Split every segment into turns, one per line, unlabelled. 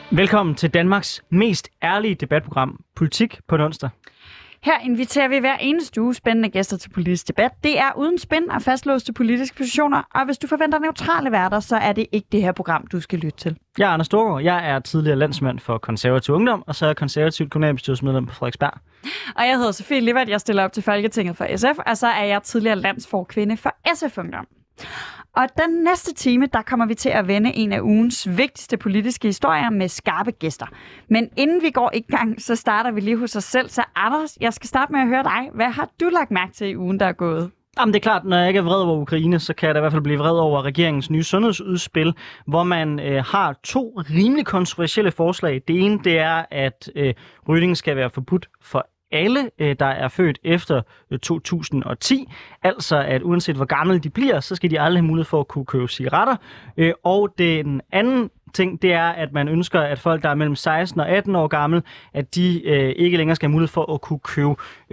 Velkommen til Danmarks mest ærlige debatprogram, Politik på en onsdag.
Her inviterer vi hver eneste uge spændende gæster til politisk debat. Det er uden spænd og fastlåste politiske positioner, og hvis du forventer neutrale værter, så er det ikke det her program, du skal lytte til.
Jeg er Anders Storgård. Jeg er tidligere landsmand for Konservativ Ungdom, og så er jeg konservativt kommunalbestyrelsesmedlem på Frederiksberg.
Og jeg hedder Sofie Livert, jeg stiller op til Folketinget for SF, og så er jeg tidligere landsforkvinde for SF Ungdom. Og den næste time, der kommer vi til at vende en af ugens vigtigste politiske historier med skarpe gæster. Men inden vi går i gang, så starter vi lige hos os selv. Så Anders, jeg skal starte med at høre dig. Hvad har du lagt mærke til i ugen, der er gået?
Jamen det er klart, når jeg ikke er vred over Ukraine, så kan jeg da i hvert fald blive vred over regeringens nye sundhedsudspil, hvor man har to rimelig kontroversielle forslag. Det ene, det er, at rygning skal være forbudt for alle, der er født efter 2010. Altså, at uanset hvor gamle de bliver, så skal de aldrig have mulighed for at kunne købe cigaretter. Og den anden ting, det er, at man ønsker, at folk, der er mellem 16 og 18 år gamle, at de ikke længere skal have mulighed for at kunne købe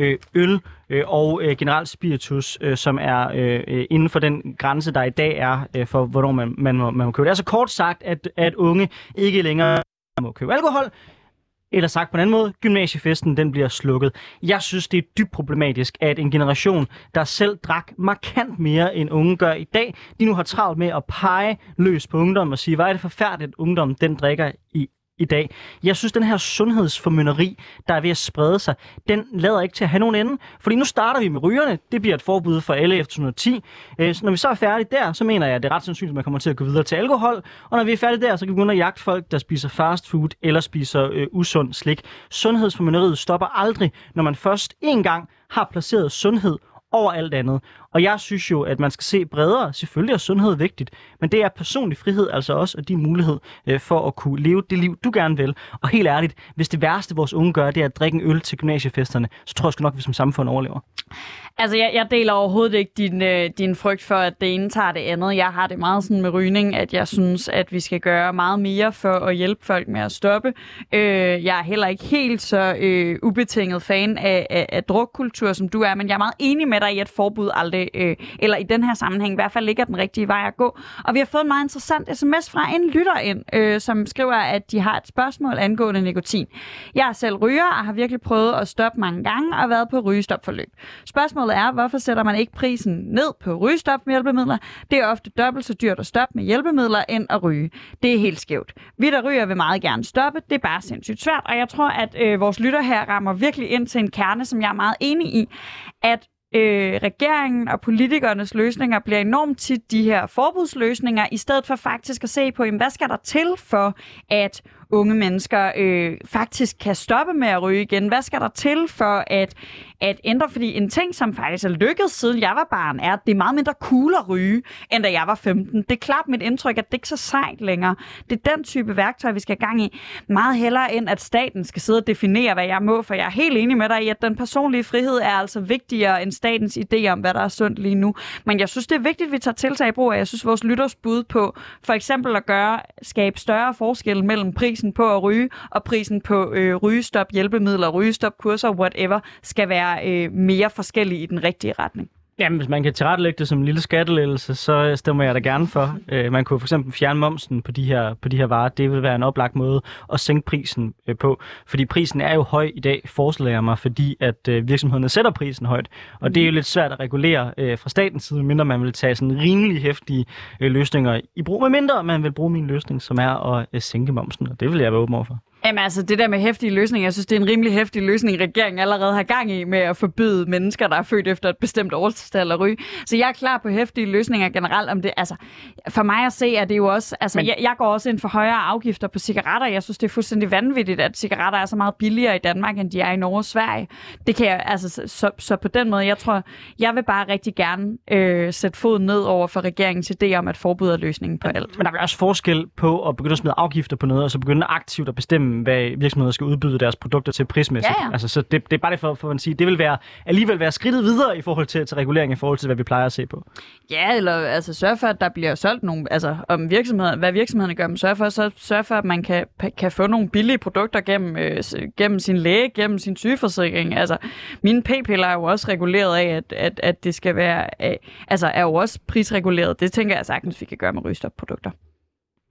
øl og generelt spiritus, som er inden for den grænse, der i dag er for, hvornår man må købe det. Altså kort sagt, at unge ikke længere må købe alkohol. Eller sagt på en anden måde, gymnasiefesten den bliver slukket. Jeg synes, det er dybt problematisk, at en generation, der selv drak markant mere end unge gør i dag, de nu har travlt med at pege løs på ungdom og sige, hvad er det forfærdeligt, at ungdom den drikker i dag. Jeg synes, den her sundhedsformynderi, der er ved at sprede sig, den lader ikke til at have nogen ende. Fordi nu starter vi med rygerne. Det bliver et forbud for alle efter 2010. Så når vi så er færdige der, så mener jeg, at det er ret sandsynligt, at man kommer til at gå videre til alkohol. Og når vi er færdige der, så kan vi begynde at jagte folk, der spiser fast food eller spiser usund slik. Sundhedsformynderiet stopper aldrig, når man først en gang har placeret sundhed over alt andet. Og jeg synes jo, at man skal se bredere. Selvfølgelig er sundhed vigtigt, men det er personlig frihed altså også, og din mulighed for at kunne leve det liv, du gerne vil. Og helt ærligt, hvis det værste, vores unge gør, det er at drikke en øl til gymnasiefesterne, så tror jeg sgu nok, at vi som samfund overlever.
Altså, jeg deler overhovedet ikke din frygt for, at det ene tager det andet. Jeg har det meget sådan med rygning, at jeg synes, at vi skal gøre meget mere for at hjælpe folk med at stoppe. Jeg er heller ikke helt så ubetinget fan af drukkultur, som du er, men jeg er meget enig med dig i, at forbud aldrig, eller i den her sammenhæng i hvert fald ikke er den rigtige vej at gå. Og vi har fået en meget interessant sms fra en lytter ind, som skriver, at de har et spørgsmål angående nikotin. Jeg er selv ryger og har virkelig prøvet at stoppe mange gange og været på rygestopforløb. Spørgsmålet er, hvorfor sætter man ikke prisen ned på rygestop-hjælpemidler? Det er ofte dobbelt så dyrt at stoppe med hjælpemidler end at ryge. Det er helt skævt. Vi, der ryger, vil meget gerne stoppe. Det er bare sindssygt svært, og jeg tror, at vores lytter her rammer virkelig ind til en kerne, som jeg er meget enig i, at regeringen og politikernes løsninger bliver enormt tit de her forbudsløsninger, i stedet for faktisk at se på, hvad skal der til for, at unge mennesker faktisk kan stoppe med at ryge igen? Hvad skal der til for at ændre? Fordi en ting, som faktisk er lykkedes siden jeg var barn, er, at det er meget mindre cool at ryge, end da jeg var 15. Det er klart mit indtryk, at det ikke er så sejt længere. Det er den type værktøj, vi skal have gang i. Meget hellere end, at staten skal sidde og definere, hvad jeg må, for jeg er helt enig med dig i, at den personlige frihed er altså vigtigere end statens idé om, hvad der er sundt lige nu. Men jeg synes, det er vigtigt, at vi tager tiltag i brug af. Jeg synes, vores lytters bud på for eksempel at skabe større forskel mellem prisen på at ryge og prisen på rygestop hjælpemidler, rygestop kurser, whatever, skal være mere forskellige i den rigtige retning.
Jamen, hvis man kan tilrettelægge det som en lille skattelettelse, så stemmer jeg da gerne for. Man kunne for eksempel fjerne momsen på de her varer. Det vil være en oplagt måde at sænke prisen på. Fordi prisen er jo høj i dag, forestiller jeg mig, fordi at virksomhederne sætter prisen højt. Og det er jo lidt svært at regulere fra statens side, mindre man vil tage sådan rimelig heftige løsninger i brug. Med mindre man vil bruge min løsning, som er at sænke momsen. Og det vil jeg være åben over for.
Jamen altså, det der med heftige løsninger, jeg synes, det er en rimelig heftig løsning, regeringen allerede har gang i med at forbyde mennesker, der er født efter et bestemt årstal at ryge. Så jeg er klar på heftige løsninger generelt om det. Altså, for mig at se, er det jo også... Altså, jeg går også ind for højere afgifter på cigaretter. Jeg synes, det er fuldstændig vanvittigt, at cigaretter er så meget billigere i Danmark, end de er i Norge og Sverige. Det kan jeg... Altså, så på den måde, jeg tror, jeg vil bare rigtig gerne sætte foden ned over for regeringens idé om, at forbud er løsningen på alt. Men der er også forskel på at begynde at smide afgifter på noget, og så begynde aktivt at bestemme, hvad virksomheder skal udbyde deres produkter til prismæssigt. Ja. Altså, så det er bare det for at sige, det vil alligevel være skridtet videre i forhold til regulering, i forhold til, hvad vi plejer at se på. Ja, eller altså sørge for, at der bliver solgt nogle, altså om hvad virksomhederne gør, men sørge for, at man kan få nogle billige produkter gennem sin læge, gennem sin sygeforsikring. Altså, mine p-piller er jo også reguleret af, at det skal være, er jo også prisreguleret. Det tænker jeg sagtens, vi kan gøre med rygestopprodukter.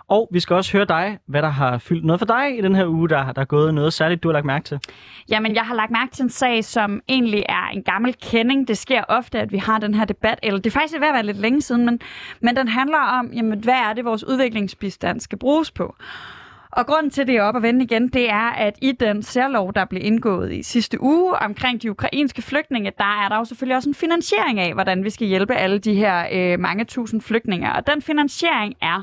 Og vi skal også høre dig, hvad der har fyldt noget for dig i den her uge, der er gået noget særligt, du har lagt mærke til.
Jamen, jeg har lagt mærke til en sag, som egentlig er en gammel kending. Det sker ofte, at vi har den her debat, eller det er faktisk ved at være lidt længe siden, men den handler om, jamen, hvad er det, vores udviklingsbistand skal bruges på? Og grunden til, det er op og vende igen, det er, at i den særlov, der blev indgået i sidste uge omkring de ukrainske flygtninge, der er der jo selvfølgelig også en finansiering af, hvordan vi skal hjælpe alle de her mange tusind flygtninge. Og den finansiering er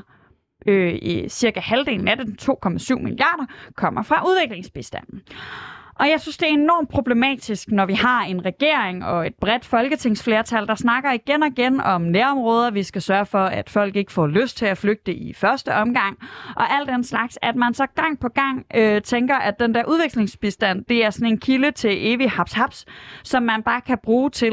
cirka halvdelen af den, 2,7 milliarder, kommer fra udviklingsbistanden. Og jeg synes, det er enormt problematisk, når vi har en regering og et bredt folketingsflertal, der snakker igen og igen om nærområder. Vi skal sørge for, at folk ikke får lyst til at flygte i første omgang. Og alt den slags, at man så gang på gang tænker, at den der udviklingsbistand, det er sådan en kilde til evig haps, som man bare kan bruge til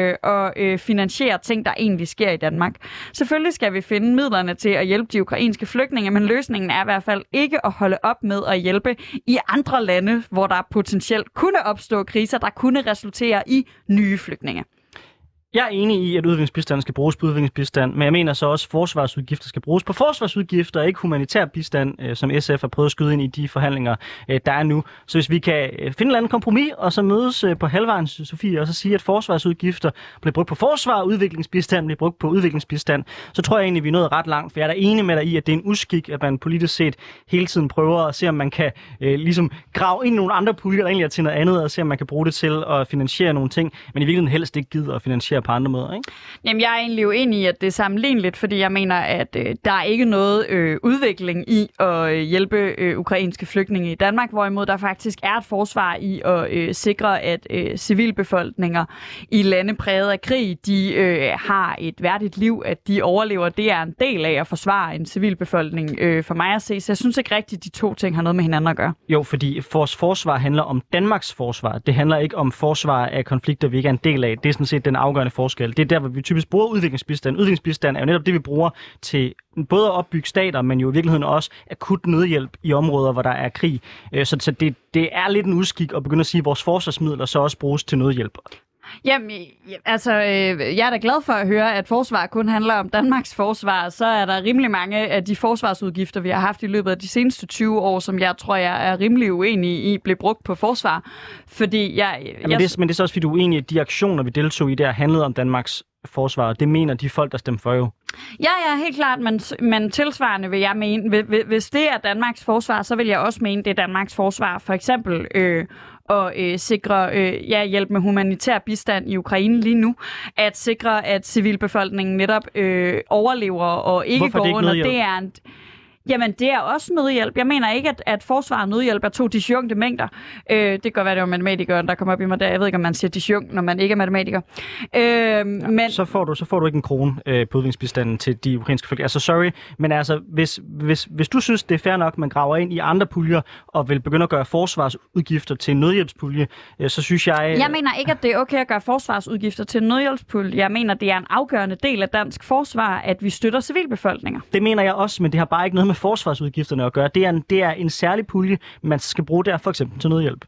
at finansiere ting, der egentlig sker i Danmark. Selvfølgelig skal vi finde midlerne til at hjælpe de ukrainske flygtninge, men løsningen er i hvert fald ikke at holde op med at hjælpe i andre lande, hvor der potentielt kunne opstå kriser, der kunne resultere i nye flygtninge.
Jeg er enig i, at udviklingsbistanden skal bruges på udviklingsbistand, men jeg mener så også, at forsvarsudgifter skal bruges på forsvarsudgifter, og ikke humanitær bistand, som SF har prøvet at skyde ind i de forhandlinger, der er nu. Så hvis vi kan finde et eller andet kompromis, og så mødes på halvvejen, Sofie, og så sige, at forsvarsudgifter bliver brugt på forsvar, og udviklingsbistand bliver brugt på udviklingsbistand, så tror jeg egentlig, vi er nået ret langt. For jeg er da enig med dig i, at det er en uskik, at man politisk set hele tiden prøver at se, om man kan ligesom grave ind i nogle andre puljer, der egentlig er til noget andet, og se, om man kan bruge det til at finansiere nogle ting, men i virkeligheden helst ikke gider at finansiere på andre måder, ikke?
Jamen, jeg er egentlig uenig i, at det er sammenligneligt, fordi jeg mener, at der er ikke noget udvikling i at hjælpe ukrainske flygtninge i Danmark, hvorimod der faktisk er et forsvar i at sikre, at civilbefolkninger i lande præget af krig, de har et værdigt liv, at de overlever. Det er en del af at forsvare en civilbefolkning for mig at se, så jeg synes ikke rigtigt, at de to ting har noget med hinanden at gøre.
Jo, fordi vores forsvar handler om Danmarks forsvar. Det handler ikke om forsvar af konflikter, vi ikke er en del af. Det er sådan set den afgørende forskel. Det er der, hvor vi typisk bruger udviklingsbistand. Udviklingsbistand er jo netop det, vi bruger til både at opbygge stater, men jo i virkeligheden også akut nødhjælp i områder, hvor der er krig. Så det er lidt en udskik at begynde at sige, at vores forsvarsmidler så også bruges til nødhjælp.
Jamen, altså, jeg er da glad for at høre, at forsvar kun handler om Danmarks forsvar. Så er der rimelig mange af de forsvarsudgifter, vi har haft i løbet af de seneste 20 år, som jeg tror, jeg er rimelig uenig i, blev brugt på forsvar. Fordi men det er så også, fordi du er uenig i, at de aktioner, vi deltog i, der handlede om Danmarks forsvar. Det mener de folk, der stemte for jo. Ja, helt klart, men tilsvarende vil jeg mene, hvis det er Danmarks forsvar, så vil jeg også mene, det er Danmarks forsvar. For eksempel og sikre hjælp med humanitær bistand i Ukraine lige nu. At sikre, at civilbefolkningen netop overlever og ikke går under. Det er Jamen, det er også nødhjælp. Jeg mener ikke, at forsvar og nødhjælp er to disjunkte mængder. Det kan godt være, det var matematikeren, der kom op i mig der. Jeg ved ikke, om man siger disjunkt, når man ikke er matematiker. Men
så får du ikke en krone på udviklingsbistanden til de ukrainske folk. Altså, sorry, men altså, hvis du synes, det er fair nok, man graver ind i andre puljer og vil begynde at gøre forsvarsudgifter til en nødhjælpspulje, så synes jeg...
Jeg mener ikke, at det er okay at gøre forsvarsudgifter til en nødhjælpspulje. Jeg mener, det er en afgørende del af dansk forsvar, at vi støtter civilbefolkninger.
Det mener jeg også, men det har bare ikke noget med forsvarsudgifterne at gøre. Det er en særlig pulje, man skal bruge der for eksempel til nødhjælp.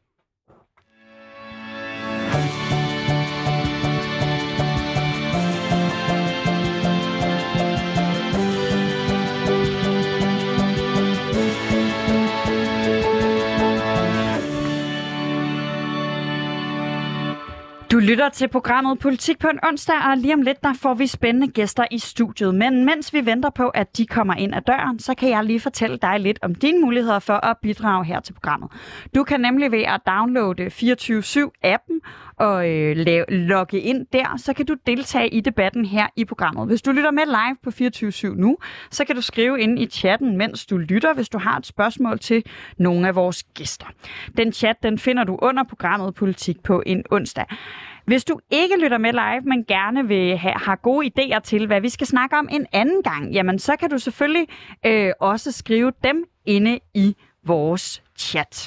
Du lytter til programmet Politik på en onsdag, og lige om lidt der får vi spændende gæster i studiet. Men mens vi venter på, at de kommer ind ad døren, så kan jeg lige fortælle dig lidt om dine muligheder for at bidrage her til programmet. Du kan nemlig ved at downloade 24/7-appen og logge ind der, så kan du deltage i debatten her i programmet. Hvis du lytter med live på 24/7 nu, så kan du skrive ind i chatten, mens du lytter, hvis du har et spørgsmål til nogle af vores gæster. Den chat, den finder du under programmet Politik på en onsdag. Hvis du ikke lytter med live, men gerne vil have gode idéer til, hvad vi skal snakke om en anden gang, jamen så kan du selvfølgelig også skrive dem inde i vores chat.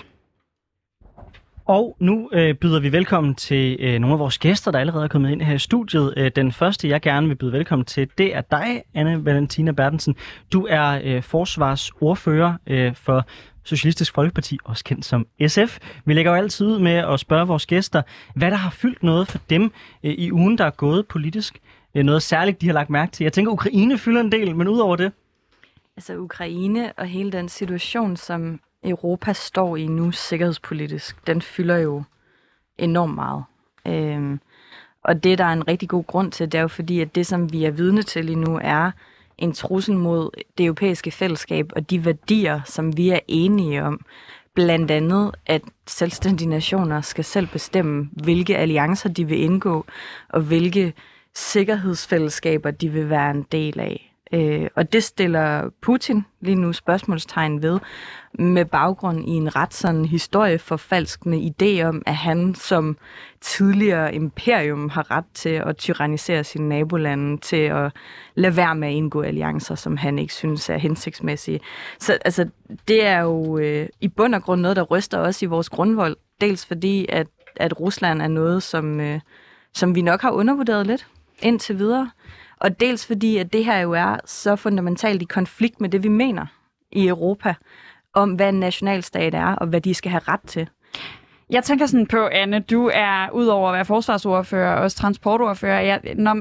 Og nu byder vi velkommen til nogle af vores gæster, der allerede er kommet ind her i studiet. Den første, jeg gerne vil byde velkommen til, det er dig, Anne Valentina Berthelsen. Du er forsvarsordfører for Socialistisk Folkeparti, også kendt som SF. Vi lægger jo altid ud med at spørge vores gæster, hvad der har fyldt noget for dem i ugen, der er gået politisk. Noget særligt, de har lagt mærke til. Jeg tænker, Ukraine fylder en del, men udover det?
Altså Ukraine og hele den situation, som Europa står i nu sikkerhedspolitisk, den fylder jo enormt meget. Og det, der er en rigtig god grund til, det er jo fordi, at det, som vi er vidne til lige nu, er en trussel mod det europæiske fællesskab og de værdier, som vi er enige om. Blandt andet, at selvstændige nationer skal selv bestemme, hvilke alliancer de vil indgå, og hvilke sikkerhedsfællesskaber de vil være en del af. Og det stiller Putin lige nu spørgsmålstegn ved, med baggrund i en ret sådan historieforfalskende idé om, at han som tidligere imperium har ret til at tyrannisere sine nabolande, til at lade være med at indgå alliancer, som han ikke synes er hensigtsmæssige. Så altså, det er jo i bund og grund noget, der ryster os i vores grundvold. Dels fordi, at Rusland er noget, som vi nok har undervurderet lidt indtil videre. Og dels fordi, at det her jo er så fundamentalt i konflikt med det, vi mener i Europa, om hvad en nationalstat er, og hvad de skal have ret til.
Jeg tænker sådan på, Anne, du er udover at være forsvarsordfører, også transportordfører.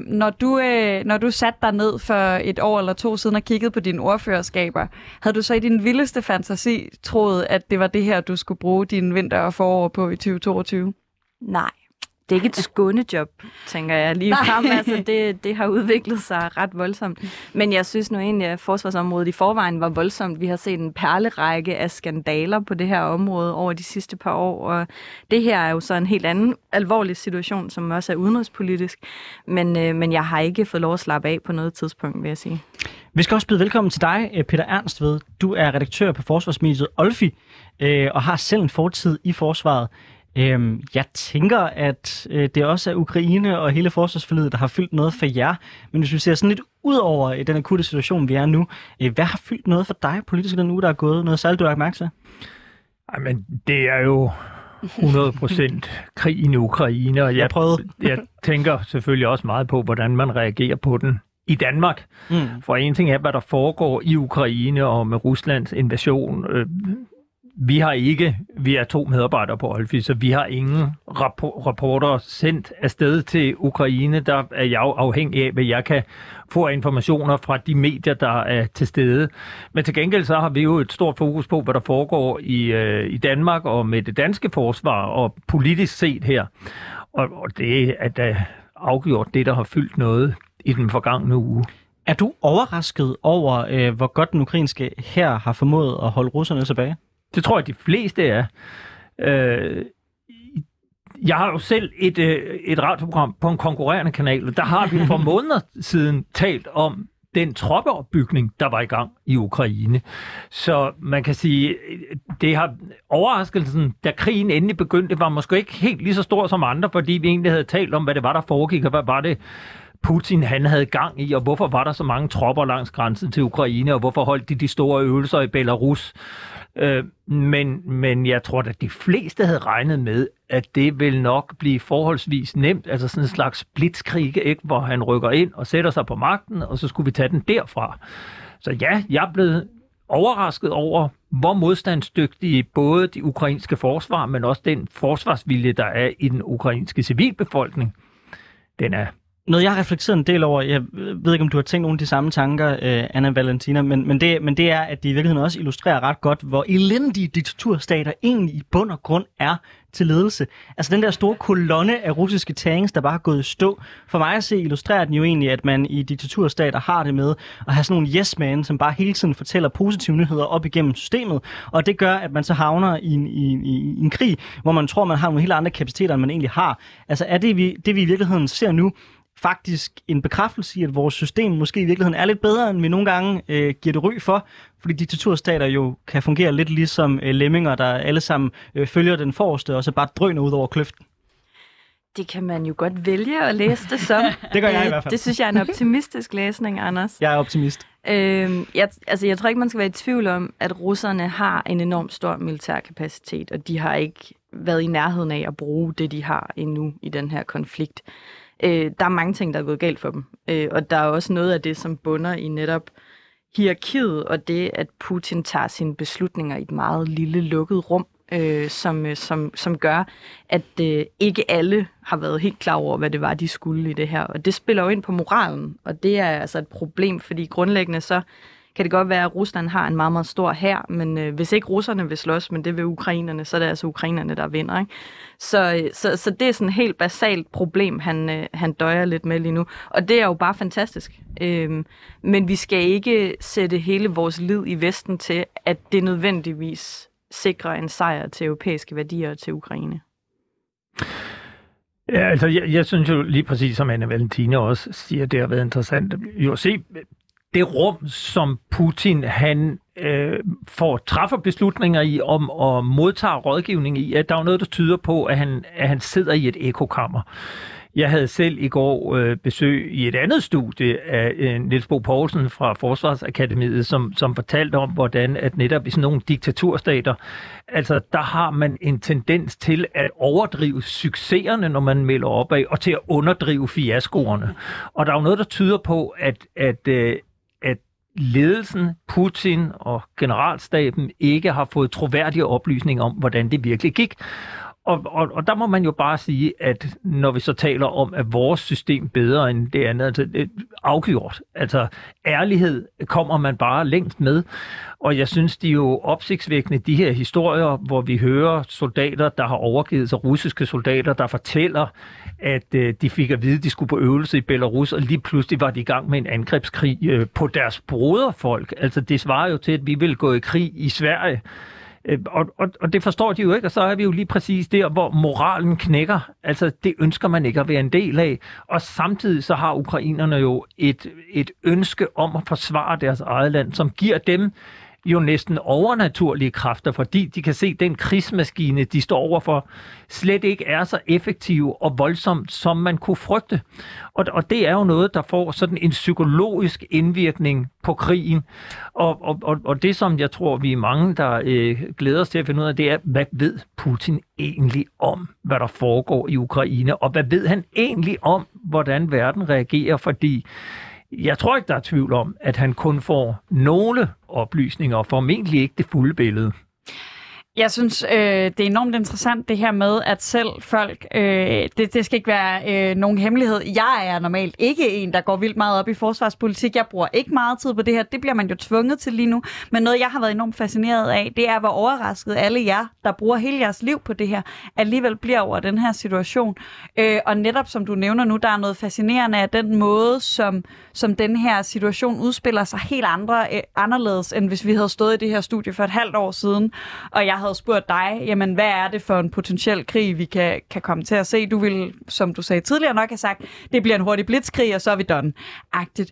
Når du satte dig ned for et år eller to siden og kiggede på dine ordførerskaber, havde du så i din vildeste fantasi troet, at det var det her, du skulle bruge din vinter og forår på i 2022?
Nej. Det er ikke et skånejob, tænker jeg lige frem. Altså, det har udviklet sig ret voldsomt. Men jeg synes nu egentlig, at forsvarsområdet i forvejen var voldsomt. Vi har set en perlerække af skandaler på det her område over de sidste par år. Og det her er jo så en helt anden alvorlig situation, som også er udenrigspolitisk. Men jeg har ikke fået lov at slappe af på noget tidspunkt, vil jeg sige.
Vi skal også byde velkommen til dig, Peter Ernstved. Du er redaktør på forsvarsmediet Olfi og har selv en fortid i forsvaret. Jeg tænker, at det også er Ukraine og hele forsvarsforliget, der har fyldt noget for jer. Men hvis vi ser sådan lidt ud over den akutte situation, vi er nu, hvad har fyldt noget for dig politisk i den uge, der er gået? Noget særligt, du har lagt mærke til?
Men det er jo 100% krigen i Ukraine, og jeg tænker selvfølgelig også meget på, hvordan man reagerer på den i Danmark. For en ting er, hvad der foregår i Ukraine og med Ruslands invasion. Vi er 2 medarbejdere på Olfi, så vi har ingen rapporter sendt afsted til Ukraine. Der er jeg afhængig af, hvad jeg kan få informationer fra de medier, der er til stede. Men til gengæld så har vi jo et stort fokus på, hvad der foregår i Danmark og med det danske forsvar og politisk set her. Og det er da afgjort det, der har fyldt noget i den forgangne uge.
Er du overrasket over, hvor godt den ukrainske hær har formået at holde russerne tilbage?
Det tror jeg, de fleste er. Jeg har jo selv et radioprogram på en konkurrerende kanal, og der har vi for måneder siden talt om den troppeopbygning, der var i gang i Ukraine. Så man kan sige, det har overraskelsen, da krigen endelig begyndte, var måske ikke helt lige så stor som andre, fordi vi egentlig havde talt om, hvad det var, der foregik, og hvad var det, Putin han havde gang i, og hvorfor var der så mange tropper langs grænsen til Ukraine, og hvorfor holdt de store øvelser i Belarus. Men jeg tror, at de fleste havde regnet med, at det vil nok blive forholdsvis nemt, altså sådan en slags blitzkrig, ikke, hvor han rykker ind og sætter sig på magten, og så skulle vi tage den derfra. Så ja, jeg er blevet overrasket over, hvor modstandsdygtige både de ukrainske forsvar, men også den forsvarsvilje, der er i den ukrainske civilbefolkning, den er.
Noget, jeg har reflekteret en del over, jeg ved ikke, om du har tænkt nogle af de samme tanker, Anna Valentina, men det er, at de i virkeligheden også illustrerer ret godt, hvor elendige diktaturstater egentlig i bund og grund er til ledelse. Altså den der store kolonne af russiske tanks, der bare er gået i stå. For mig at se, illustrerer den jo egentlig, at man i diktaturstater har det med at have sådan nogle yes-men, som bare hele tiden fortæller positive nyheder op igennem systemet. Og det gør, at man så havner i en krig, hvor man tror, man har nogle helt andre kapaciteter, end man egentlig har. Altså er det, vi i virkeligheden ser nu, faktisk en bekræftelse i, at vores system måske i virkeligheden er lidt bedre, end vi nogle gange giver det ry for, fordi diktaturstater jo kan fungere lidt ligesom lemminger, der alle sammen følger den forreste, og så bare drøner ud over kløften.
Det kan man jo godt vælge at læse det som.
Det gør jeg i hvert fald.
Det synes jeg er en optimistisk læsning, Anders.
Jeg er optimist.
Jeg tror ikke, man skal være i tvivl om, at russerne har en enormt stor militær kapacitet, og de har ikke været i nærheden af at bruge det, de har endnu i den her konflikt. Der er mange ting, der er gået galt for dem, og der er også noget af det, som bunder i netop hierarkiet, og det, at Putin tager sine beslutninger i et meget lille lukket rum, som gør, at ikke alle har været helt klar over, hvad det var, de skulle i det her. Og det spiller jo ind på moralen, og det er altså et problem, fordi grundlæggende så kan det godt være, at Rusland har en meget, meget stor hær, men hvis ikke russerne vil slås, men det vil ukrainerne, så er det altså ukrainerne, der vinder, ikke? Så det er sådan et helt basalt problem, han døjer lidt med lige nu. Og det er jo bare fantastisk. Men vi skal ikke sætte hele vores lid i Vesten til, at det nødvendigvis sikrer en sejr til europæiske værdier og til Ukraine.
Ja, altså jeg synes jo lige præcis, som Anne Valentina også siger, det har været interessant. Jo, se, det rum, som Putin han får træffer beslutninger i om at modtage rådgivning i, at der er noget, der tyder på, at han sidder i et ekokammer. Jeg havde selv i går besøg i et andet studie af Niels Bo Poulsen fra Forsvarsakademiet, som fortalte om, hvordan at netop i sådan nogle diktaturstater, altså der har man en tendens til at overdrive succeserne, når man melder opad, og til at underdrive fiaskoerne. Og der er jo noget, der tyder på, at ledelsen, Putin og generalstaben ikke har fået troværdige oplysninger om, hvordan det virkelig gik. Og der må man jo bare sige, at når vi så taler om, at vores system bedre end det andet, altså det afgjort. Altså ærlighed kommer man bare længst med. Og jeg synes, de er jo opsigtsvækkende, de her historier, hvor vi hører soldater, der har overgivet sig, russiske soldater, der fortæller, at de fik at vide, at de skulle på øvelse i Belarus, og lige pludselig var de i gang med en angrebskrig på deres broderfolk. Altså det svarer jo til, at vi ville gå i krig i Sverige. Og det forstår de jo ikke, og så er vi jo lige præcis der, hvor moralen knækker. Altså, det ønsker man ikke at være en del af. Og samtidig så har ukrainerne jo et ønske om at forsvare deres eget land, som giver dem jo næsten overnaturlige kræfter, fordi de kan se, at den krigsmaskine, de står overfor, slet ikke er så effektiv og voldsom, som man kunne frygte. Og det er jo noget, der får sådan en psykologisk indvirkning på krigen. Og det, som jeg tror, vi er mange, der glæder os til at finde ud af, det er, hvad ved Putin egentlig om, hvad der foregår i Ukraine, og hvad ved han egentlig om, hvordan verden reagerer, fordi jeg tror ikke, der er tvivl om, at han kun får nogle oplysninger, og formentlig ikke det fulde billede.
Jeg synes, det er enormt interessant det her med, at selv folk, det skal ikke være nogen hemmelighed. Jeg er normalt ikke en, der går vildt meget op i forsvarspolitik. Jeg bruger ikke meget tid på det her. Det bliver man jo tvunget til lige nu. Men noget, jeg har været enormt fascineret af, det er, hvor overrasket alle jer, der bruger hele jeres liv på det her, alligevel bliver over den her situation. Og netop som du nævner nu, der er noget fascinerende af den måde, som den her situation udspiller sig helt anderledes, end hvis vi havde stået i det her studie for et halvt år siden, og jeg havde spurgt dig, jamen hvad er det for en potentiel krig, vi kan komme til at se? Du ville, som du sagde tidligere nok, have sagt, det bliver en hurtig blitzkrig, og så er vi done-agtigt.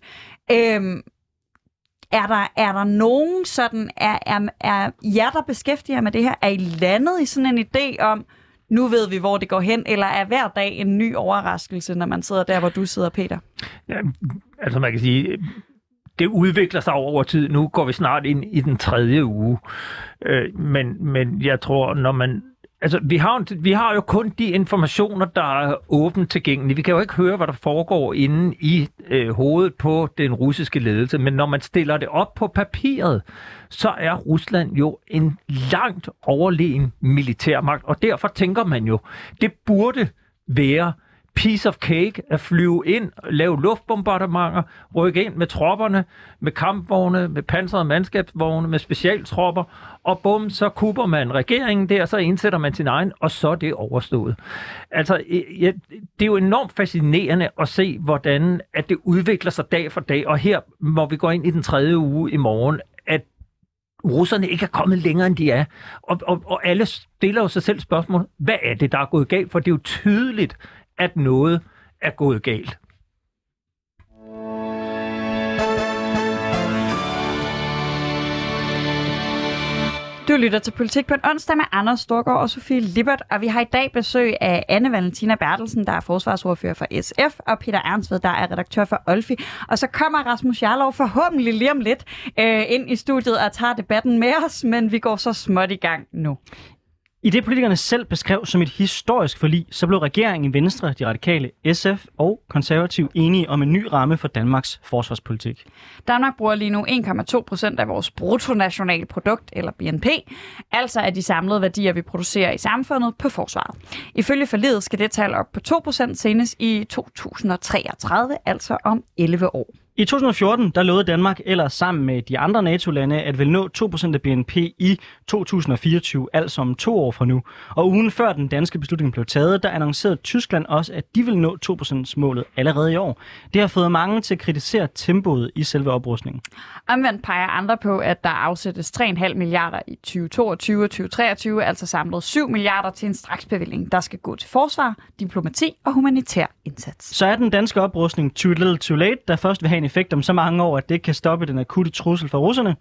Er der nogen sådan, er jer, der beskæftiger med det her, er I landet i sådan en idé om, nu ved vi, hvor det går hen, eller er hver dag en ny overraskelse, når man sidder der, hvor du sidder, Peter? Ja,
altså man kan sige, det udvikler sig over tid. Nu går vi snart ind i den 3. uge. Men jeg tror, når man... Altså, vi har jo kun de informationer, der er åbent tilgængelige. Vi kan jo ikke høre, hvad der foregår inde i hovedet på den russiske ledelse. Men når man stiller det op på papiret, så er Rusland jo en langt overlegen militærmagt. Og derfor tænker man jo, det burde være piece of cake at flyve ind, lave luftbombardementer, rykke ind med tropperne, med kampvogne, med pansrede mandskabsvogne, med specialtropper, og bum, så kupper man regeringen der, så indsætter man sin egen, og så er det overstået. Altså, det er jo enormt fascinerende at se, hvordan at det udvikler sig dag for dag, og her, hvor vi går ind i den 3. uge i morgen, at russerne ikke er kommet længere, end de er. Og alle stiller jo sig selv spørgsmål, hvad er det, der er gået galt? For det er jo tydeligt, at noget er gået galt.
Du lytter til Politik på en onsdag med Anders Storgård og Sofie Lippert, og vi har i dag besøg af Anne Valentina Bertelsen, der er forsvarsordfører for SF, og Peter Ernstved, der er redaktør for Olfi. Og så kommer Rasmus Jarlov forhåbentlig lige om lidt ind i studiet og tager debatten med os, men vi går så småt i gang nu.
I det politikerne selv beskrev som et historisk forlig, så blev regeringen, Venstre, de radikale, SF og Konservativ enige om en ny ramme for Danmarks forsvarspolitik.
Danmark bruger lige nu 1,2% af vores bruttonationalprodukt, eller BNP, altså af de samlede værdier, vi producerer i samfundet på forsvaret. Ifølge forliget skal det tal op på 2% senest i 2033, altså om 11 år.
I 2014, der lovede Danmark ellers sammen med de andre NATO-lande at vil nå 2% af BNP i 2024, altså om 2 år fra nu. Og ugen før den danske beslutning blev taget, der annoncerede Tyskland også, at de vil nå 2%-målet allerede i år. Det har fået mange til at kritisere tempoet i selve oprustningen.
Omvendt peger andre på, at der afsættes 3,5 milliarder i 2022 og 2023, altså samlet 7 milliarder til en straksbevilling, der skal gå til forsvar, diplomati og humanitær indsats.
Så er den danske oprustning too little too late, der først vil have en effekt om så mange år, at det ikke kan stoppe den akutte trussel fra russerne?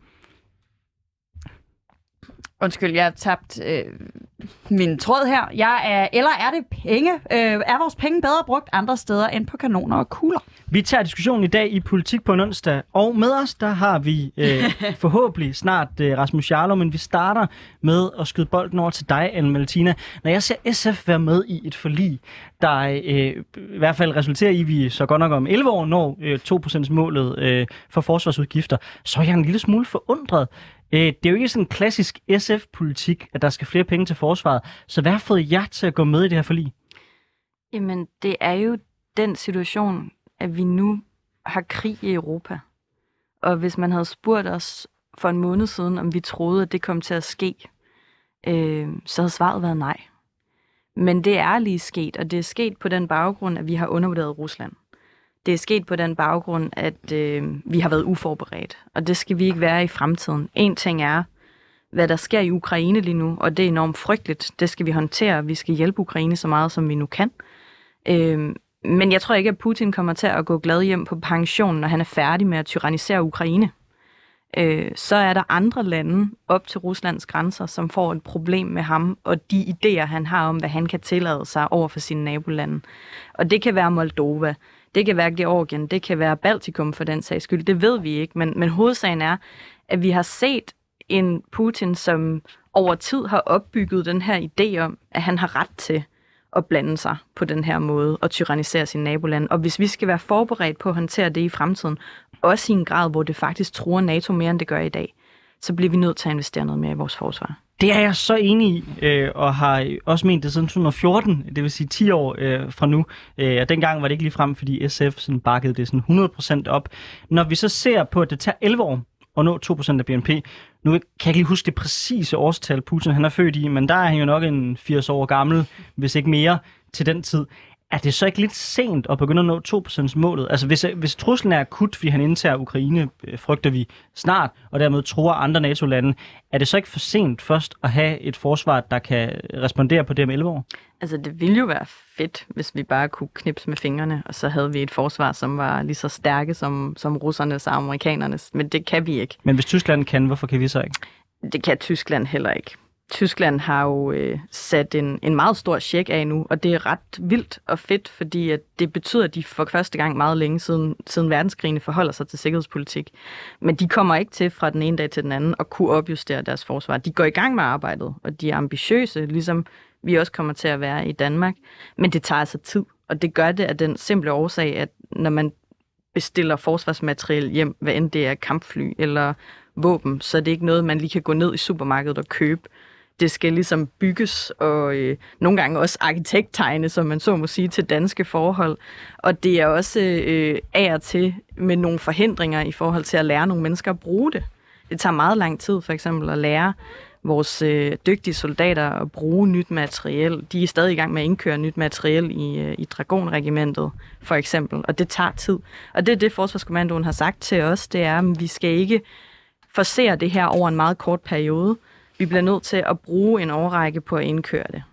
Undskyld, jeg har tabt min tråd her. Eller er det penge? Er vores penge bedre brugt andre steder end på kanoner og kugler?
Vi tager diskussionen i dag i Politik på en onsdag, og med os der har vi forhåbentlig snart Rasmus Jarlov, men vi starter med at skyde bolden over til dig, Anne Valentina. Når jeg ser SF være med i et forlig, der i hvert fald resulterer i, at vi så godt nok om 11 år når 2%-målet for forsvarsudgifter, så er jeg en lille smule forundret. Det er jo ikke sådan en klassisk SF-politik, at der skal flere penge til forsvaret. Så hvad har fået jer til at gå med i det her forlig?
Jamen, det er jo den situation, at vi nu har krig i Europa. Og hvis man havde spurgt os for en måned siden, om vi troede, at det kom til at ske, så havde svaret været nej. Men det er lige sket, og det er sket på den baggrund, at vi har undervurderet Rusland. Det er sket på den baggrund, at vi har været uforberedt, og det skal vi ikke være i fremtiden. En ting er, hvad der sker i Ukraine lige nu, og det er enormt frygteligt. Det skal vi håndtere, vi skal hjælpe Ukraine så meget, som vi nu kan. Men jeg tror ikke, at Putin kommer til at gå glad hjem på pension, når han er færdig med at tyrannisere Ukraine. Så er der andre lande op til Ruslands grænser, som får et problem med ham, og de idéer, han har om, hvad han kan tillade sig over for sine nabolande. Og det kan være Moldova, det kan være Georgien, det kan være Baltikum for den sags skyld. Det ved vi ikke, men hovedsagen er, at vi har set en Putin, som over tid har opbygget den her idé om, at han har ret til at blande sig på den her måde og tyrannisere sine nabolande. Og hvis vi skal være forberedt på at håndtere det i fremtiden, også i en grad, hvor det faktisk truer NATO mere, end det gør i dag, så bliver vi nødt til at investere noget mere i vores forsvar.
Det er jeg så enig i, og har også ment det siden 2014, det vil sige 10 år fra nu. Og dengang var det ikke lige frem, fordi SF sådan bakkede det sådan 100% op. Når vi så ser på, at det tager 11 år at nå 2% af BNP, nu kan jeg ikke lige huske det præcise årstal, Putin han er født i, men der er han jo nok en 80 år gammel, hvis ikke mere, til den tid. Er det så ikke lidt sent at begynde at nå 2%-målet? Altså hvis truslen er akut, fordi han indtager Ukraine, frygter vi snart, og dermed truer andre NATO-lande, er det så ikke for sent først at have et forsvar, der kan respondere på det om 11 år?
Altså det ville jo være fedt, hvis vi bare kunne knipse med fingrene, og så havde vi et forsvar, som var lige så stærke som russernes og amerikanernes, men det kan vi ikke.
Men hvis Tyskland kan, hvorfor kan vi så ikke?
Det kan Tyskland heller ikke. Tyskland har jo sat en meget stor check af nu, og det er ret vildt og fedt, fordi at det betyder, at de for første gang meget længe siden verdenskrigen forholder sig til sikkerhedspolitik. Men de kommer ikke til fra den ene dag til den anden at kunne opjustere deres forsvar. De går i gang med arbejdet, og de er ambitiøse, ligesom vi også kommer til at være i Danmark. Men det tager altså tid, og det gør det af den simple årsag, at når man bestiller forsvarsmateriel hjem, hvad end det er kampfly eller våben, så er det ikke noget, man lige kan gå ned i supermarkedet og købe. Det skal ligesom bygges, og nogle gange også arkitekttegne, som man så må sige, til danske forhold. Og det er også af og til med nogle forhindringer i forhold til at lære nogle mennesker at bruge det. Det tager meget lang tid for eksempel at lære vores dygtige soldater at bruge nyt materiel. De er stadig i gang med at indkøre nyt materiel i Dragonregimentet, for eksempel, og det tager tid. Og det er det, Forsvarskommandoen har sagt til os, det er, at vi skal ikke forcere det her over en meget kort periode. Vi bliver nødt til at bruge en årrække på at indkøre det.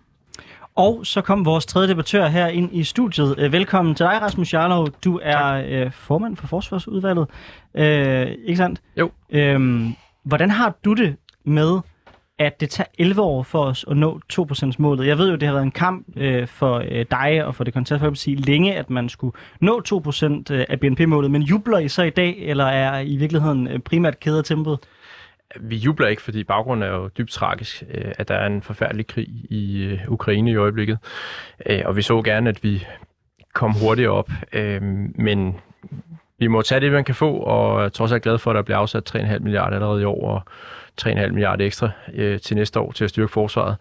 Og så kom vores tredje debattør her ind i studiet. Velkommen til dig, Rasmus Jarlov. Du er formand for Forsvarsudvalget. Ikke sandt?
Jo.
Hvordan har du det med, at det tager 11 år for os at nå 2%-målet? Jeg ved jo, det har været en kamp for dig og for Det Konservative Folkeparti længe, at man skulle nå 2% af BNP-målet. Men jubler I så i dag, eller er I virkeligheden primært ked af tempoet?
Vi jubler ikke, fordi baggrunden er jo dybt tragisk, at der er en forfærdelig krig i Ukraine i øjeblikket. Og vi så gerne, at vi kom hurtigere op. Men vi må tage det, man kan få, og jeg er trods alt glad for, at der bliver afsat 3,5 milliarder allerede i år, og 3,5 milliarder ekstra til næste år til at styrke forsvaret.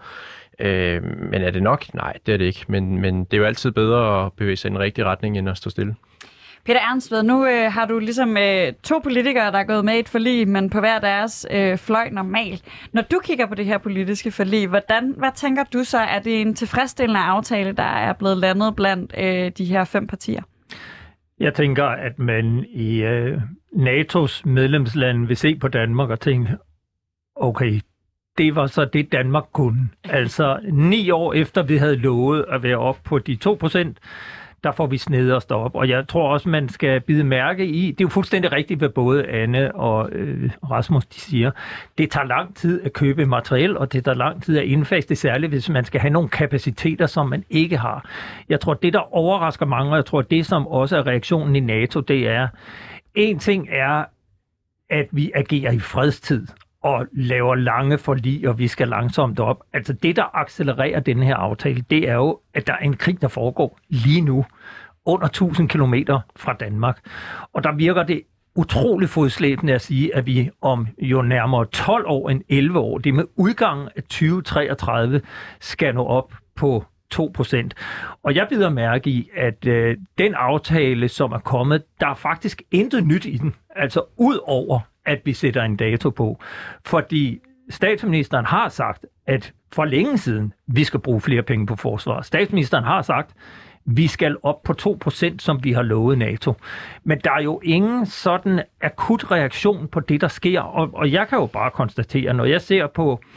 Men er det nok? Nej, det er det ikke. Men det er jo altid bedre at bevæge sig i den rigtige retning, end at stå stille.
Peter Ernstved, nu har du ligesom 2 politikere, der er gået med i et forlig, men på hver deres fløj normalt. Når du kigger på det her politiske forlig, hvad tænker du så? Er det en tilfredsstillende aftale, der er blevet landet blandt de her 5 partier?
Jeg tænker, at man i NATO's medlemslande vil se på Danmark og tænke, okay, det var så det, Danmark kunne. Altså 9 år efter vi havde lovet at være op på de 2%, der får vi snedet os derop. Og jeg tror også, man skal bide mærke i, det er jo fuldstændig rigtigt, hvad både Anne og Rasmus de siger. Det tager lang tid at købe materiel, og det tager lang tid at indfase det, særligt hvis man skal have nogle kapaciteter, som man ikke har. Jeg tror, det der overrasker mange, og jeg tror, det som også er reaktionen i NATO, det er, en ting er, at vi agerer i fredstid og laver lange forlig, og vi skal langsomt op. Altså det, der accelererer den her aftale, det er jo, at der er en krig, der foregår lige nu, under 1000 kilometer fra Danmark. Og der virker det utroligt fodslæbende at sige, at vi om jo nærmere 12 år end 11 år, det med udgangen af 2033, skal nå op på 2%. Og jeg bider mærke i, at den aftale, som er kommet, der er faktisk intet nyt i den. Altså ud over at vi sætter en dato på. Fordi statsministeren har sagt, at for længe siden, vi skal bruge flere penge på forsvar. Statsministeren har sagt, vi skal op på 2%, som vi har lovet NATO. Men der er jo ingen sådan akut reaktion på det, der sker. Og jeg kan jo bare konstatere, når jeg ser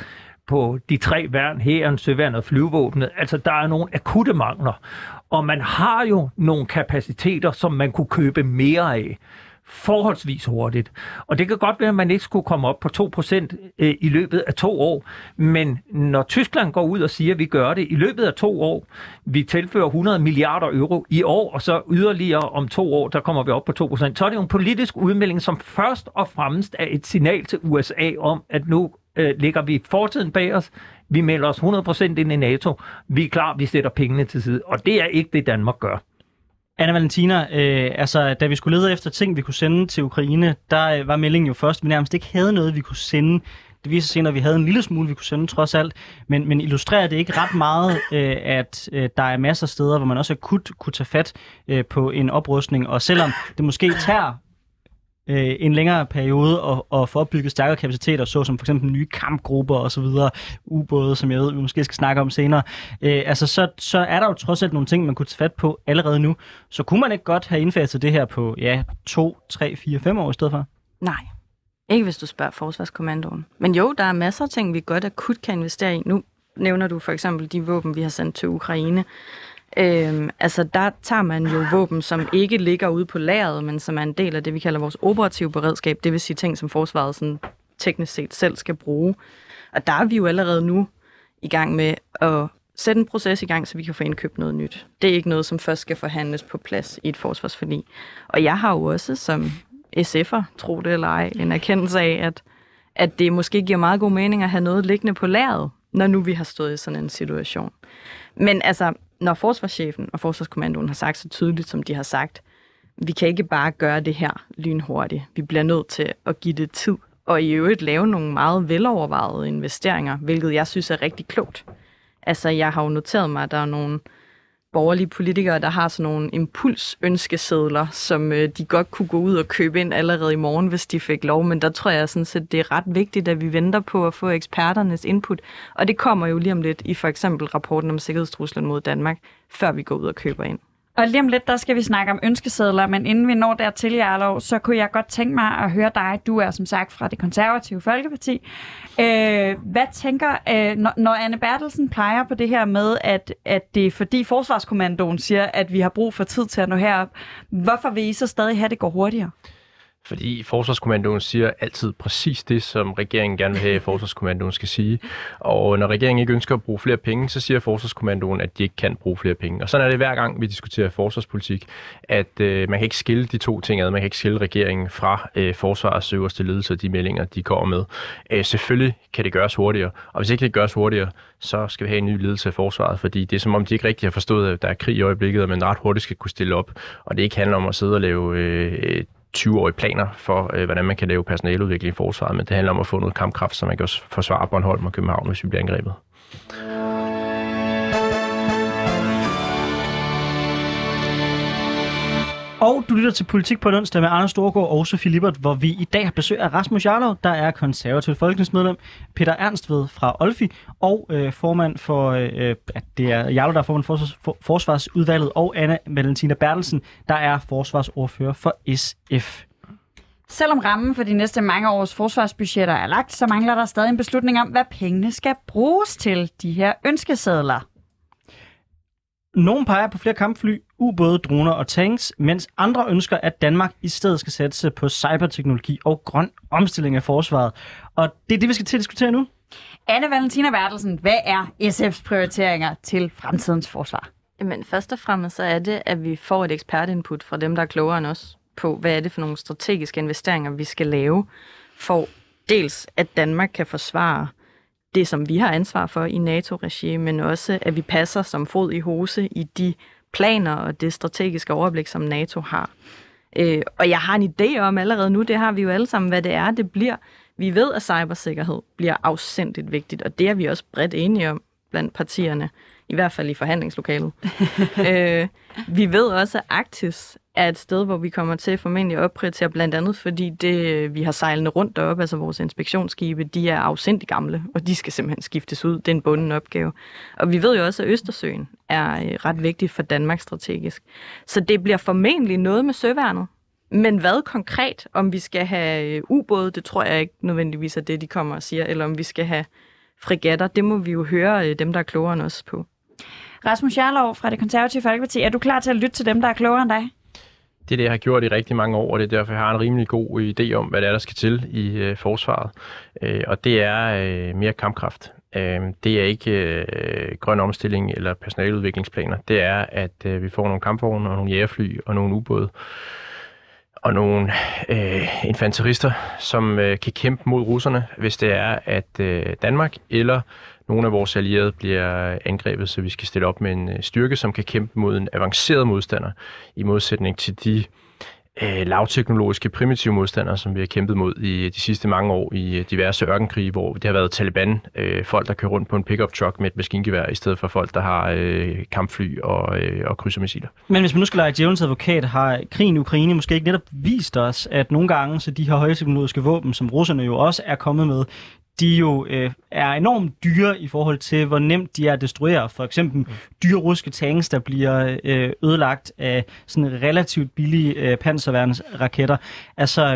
på de 3 værn, hæren, søværnet og flyvevåbnet, altså der er nogle akutte mangler. Og man har jo nogle kapaciteter, som man kunne købe mere af forholdsvis hurtigt. Og det kan godt være, at man ikke skulle komme op på 2% i løbet af 2 år, men når Tyskland går ud og siger, at vi gør det i løbet af 2 år, vi tilfører 100 milliarder euro i år, og så yderligere om 2 år, der kommer vi op på 2%, så er det jo en politisk udmelding, som først og fremmest er et signal til USA om, at nu lægger vi fortiden bag os, vi melder os 100% ind i NATO, vi er klar, vi sætter pengene til side, og det er ikke det, Danmark gør.
Anna Valentina, altså da vi skulle lede efter ting, vi kunne sende til Ukraine, der var meldingen jo først, at vi nærmest ikke havde noget, vi kunne sende. Det viser sig senere, at vi havde en lille smule, vi kunne sende trods alt, men illustrerer det ikke ret meget, at der er masser af steder, hvor man også akut kunne tage fat på en oprustning, og selvom det måske tager en længere periode at få opbygget stærkere kapaciteter, såsom for eksempel nye kampgrupper og så videre, ubåde, som jeg ved, vi måske skal snakke om senere. Altså, så er der jo trods alt nogle ting, man kunne tage fat på allerede nu. Så kunne man ikke godt have indfaset det her på 2, 3, 4, 5 år i stedet for?
Nej. Ikke hvis du spørger Forsvarskommandoen. Men jo, der er masser af ting, vi godt akut kan investere i. Nu nævner du for eksempel de våben, vi har sendt til Ukraine. Altså der tager man jo våben, som ikke ligger ude på lageret, men som er en del af det, vi kalder vores operative beredskab. Det vil sige ting, som forsvaret sådan teknisk set selv skal bruge. Og der er vi jo allerede nu i gang med at sætte en proces i gang, så vi kan få indkøbt noget nyt. Det er ikke noget, som først skal forhandles på plads i et forsvarsforlig. Og jeg har jo også som SF'er, tro det eller ej, en erkendelse af, at det måske giver meget god mening at have noget liggende på lageret, når nu vi har stået i sådan en situation. Men altså, når forsvarschefen og forsvarskommandoen har sagt så tydeligt, som de har sagt, vi kan ikke bare gøre det her lynhurtigt. Vi bliver nødt til at give det tid, og i øvrigt lave nogle meget velovervejede investeringer, hvilket jeg synes er rigtig klogt. Altså, jeg har jo noteret mig, at der er nogle borgerlige politikere, der har sådan nogle impulsønskesedler, som de godt kunne gå ud og købe ind allerede i morgen, hvis de fik lov. Men der tror jeg sådan set, det er ret vigtigt, at vi venter på at få eksperternes input. Og det kommer jo lige om lidt i for eksempel rapporten om sikkerhedstruslen mod Danmark, før vi går ud og køber ind.
Og lige om lidt, der skal vi snakke om ønskesedler, men inden vi når dertil, Jarlov, så kunne jeg godt tænke mig at høre dig. Du er som sagt fra Det Konservative Folkeparti. Hvad tænker, når Anne Bertelsen plejer på det her med, at det er fordi Forsvarskommandoen siger, at vi har brug for tid til at nå herop, hvorfor vil I så stadig have, at det går hurtigere?
Fordi Forsvarskommandoen siger altid præcis det, som regeringen gerne vil have, at Forsvarskommandoen skal sige. Og når regeringen ikke ønsker at bruge flere penge, så siger Forsvarskommandoen, at de ikke kan bruge flere penge. Og sådan er det hver gang, vi diskuterer forsvarspolitik, at man kan ikke skille de to ting ad. Man kan ikke skille regeringen fra forsvarets øverste ledelse og de meldinger, de kommer med. Selvfølgelig kan det gøres hurtigere, og hvis ikke det gøres hurtigere, så skal vi have en ny ledelse af forsvaret, fordi det er som om, de ikke rigtig har forstået, at der er krig i øjeblikket, og man ret hurtigt skal kunne stille op. Og det ikke handler om at sidde og lave 20-årige planer for, hvordan man kan lave personaleudvikling i forsvaret, men det handler om at få noget kampkraft, så man kan også forsvare Bornholm og København, hvis vi bliver angrebet.
Og du lytter til Politik på onsdag med Anders Storgård og Sofie Lippert, hvor vi i dag har besøg af Rasmus Jarlov, der er konservativt folketingsmedlem, Peter Ernstved fra Olfi og formand for, det er Jarlov, der er formand for Forsvarsudvalget, og Anna Valentina Bertelsen, der er forsvarsordfører for SF.
Selvom rammen for de næste mange års forsvarsbudgetter er lagt, så mangler der stadig en beslutning om, hvad pengene skal bruges til, de her ønskesedler.
Nogle peger på flere kampfly, ubåde, droner og tanks, mens andre ønsker, at Danmark i stedet skal satse på cyberteknologi og grøn omstilling af forsvaret. Og det er det, vi skal til at diskutere nu.
Anne Valentina Bertelsen, hvad er SF's prioriteringer til fremtidens forsvar?
Jamen, først og fremmest så er det, at vi får et ekspertinput fra dem, der er klogere end os på, hvad er det for nogle strategiske investeringer, vi skal lave, for dels at Danmark kan forsvare det, som vi har ansvar for i NATO-regi, men også, at vi passer som fod i hose i de planer og det strategiske overblik, som NATO har. Og jeg har en idé om allerede nu, det har vi jo alle sammen, hvad det er, det bliver. Vi ved, at cybersikkerhed bliver afsindigt vigtigt, og det er vi også bredt enige om blandt partierne, i hvert fald i forhandlingslokalet. Vi ved også, at Arktis er et sted, hvor vi kommer til formentlig at opprioritere, blandt andet fordi det, vi har sejlende rundt deroppe, altså vores inspektionsskibe, de er afsindigt gamle, og de skal simpelthen skiftes ud. Det er en bunden opgave. Og vi ved jo også, at Østersøen er ret vigtig for Danmark strategisk. Så det bliver formentlig noget med søværnet. Men hvad konkret, om vi skal have ubåde, det tror jeg ikke nødvendigvis er det, de kommer og siger, eller om vi skal have fregatter, det må vi jo høre dem, der er klogere end os på.
Rasmus Jarlov fra Det Konservative Folkeparti, er du klar til at lytte til dem, der er klogere end dig?
Det er det, jeg har gjort i rigtig mange år, og det er derfor, jeg har en rimelig god idé om, hvad det er, der skal til i forsvaret. Og det er mere kampkraft. Det er ikke grøn omstilling eller personaleudviklingsplaner. Det er, at vi får nogle kampvogne og nogle jægerfly og nogle ubåde og nogle infanterister, som kan kæmpe mod russerne, hvis det er, at Danmark eller nogle af vores allierede bliver angrebet, så vi skal stille op med en styrke, som kan kæmpe mod en avanceret modstander, i modsætning til de lavteknologiske, primitive modstandere, som vi har kæmpet mod i de sidste mange år i diverse ørkenkrige, hvor det har været Taliban, folk, der kører rundt på en pickup truck med et maskingevær, i stedet for folk, der har kampfly og krydsermissiler. Men
hvis man nu skal lege djævelens advokat, har krigen i Ukraine måske ikke netop vist os, at nogle gange så de her højteknologiske våben, som russerne jo også er kommet med, de jo er enormt dyre i forhold til, hvor nemt de er at destruere. For eksempel dyre russiske tanks, der bliver ødelagt af sådan relativt billige panserværnsraketter. Altså,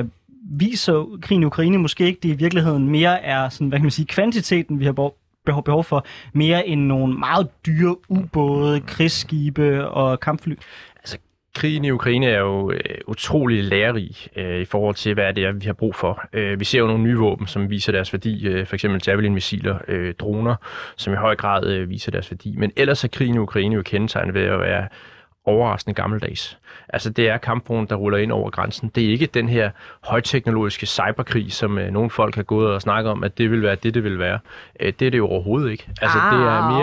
viser krigen i Ukraine måske ikke, det i virkeligheden mere er sådan, hvad kan man sige, kvantiteten, vi har behov for, mere end nogle meget dyre ubåde, krigsskibe og kampfly?
Krigen i Ukraine er jo utrolig lærerig i forhold til, hvad det er, vi har brug for. Vi ser jo nogle nye våben, som viser deres værdi, f.eks. Javelin-missiler, droner, som i høj grad viser deres værdi. Men ellers er krigen i Ukraine jo kendetegnet ved at være overraskende gammeldags. Altså, det er kampvogne, der ruller ind over grænsen. Det er ikke den her højteknologiske cyberkrig, som nogle folk har gået og snakket om, at det vil være det vil være. Det er det jo overhovedet ikke. Altså, det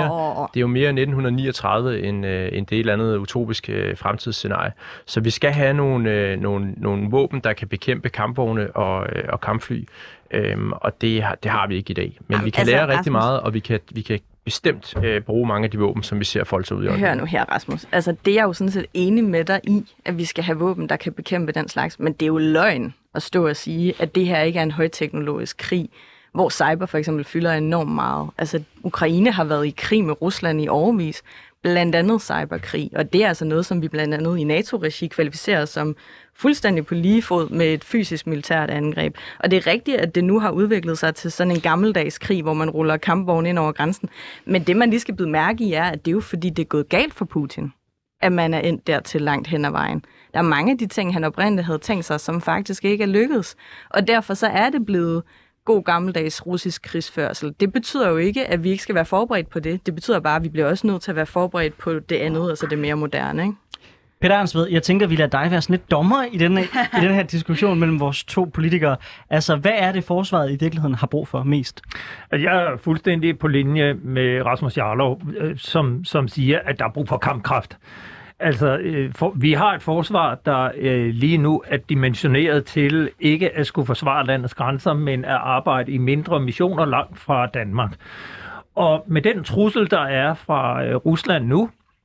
er jo mere 1939 end det eller andet utopisk fremtidsscenarie. Så vi skal have nogle våben, der kan bekæmpe kampvogne og kampfly. Og det har vi ikke i dag. Men vi kan lære rigtig meget, og vi kan bestemt bruge mange af de våben, som vi ser folk så ud i øjeblikket.
Hør nu her, Rasmus. Altså, det er jeg jo sådan set enig med dig i, at vi skal have våben, der kan bekæmpe den slags. Men det er jo løgn at stå og sige, at det her ikke er en højteknologisk krig, hvor cyber for eksempel fylder enormt meget. Altså, Ukraine har været i krig med Rusland i årevis, blandt andet cyberkrig. Og det er altså noget, som vi blandt andet i NATO-regi kvalificerer som fuldstændig på lige fod med et fysisk militært angreb. Og det er rigtigt, at det nu har udviklet sig til sådan en gammeldags krig, hvor man ruller kampvogne ind over grænsen. Men det, man lige skal bide mærke i, er, at det er jo fordi, det er gået galt for Putin, at man er endt dertil langt hen ad vejen. Der er mange af de ting, han oprindeligt havde tænkt sig, som faktisk ikke er lykkedes. Og derfor så er det blevet god gammeldags russisk krigsførsel. Det betyder jo ikke, at vi ikke skal være forberedt på det. Det betyder bare, at vi bliver også nødt til at være forberedt på det andet, altså det mere moderne, ikke?
Peter Ernstved, jeg tænker, vi lader dig være sådan lidt dommer i den her diskussion mellem vores to politikere. Altså, hvad er det, forsvaret i virkeligheden har brug for mest?
Jeg er fuldstændig på linje med Rasmus Jarlov, som siger, at der er brug for kampkraft. Altså, vi har et forsvar, der lige nu er dimensioneret til ikke at skulle forsvare landets grænser, men at arbejde i mindre missioner langt fra Danmark. Og med den trussel, der er fra Rusland nu,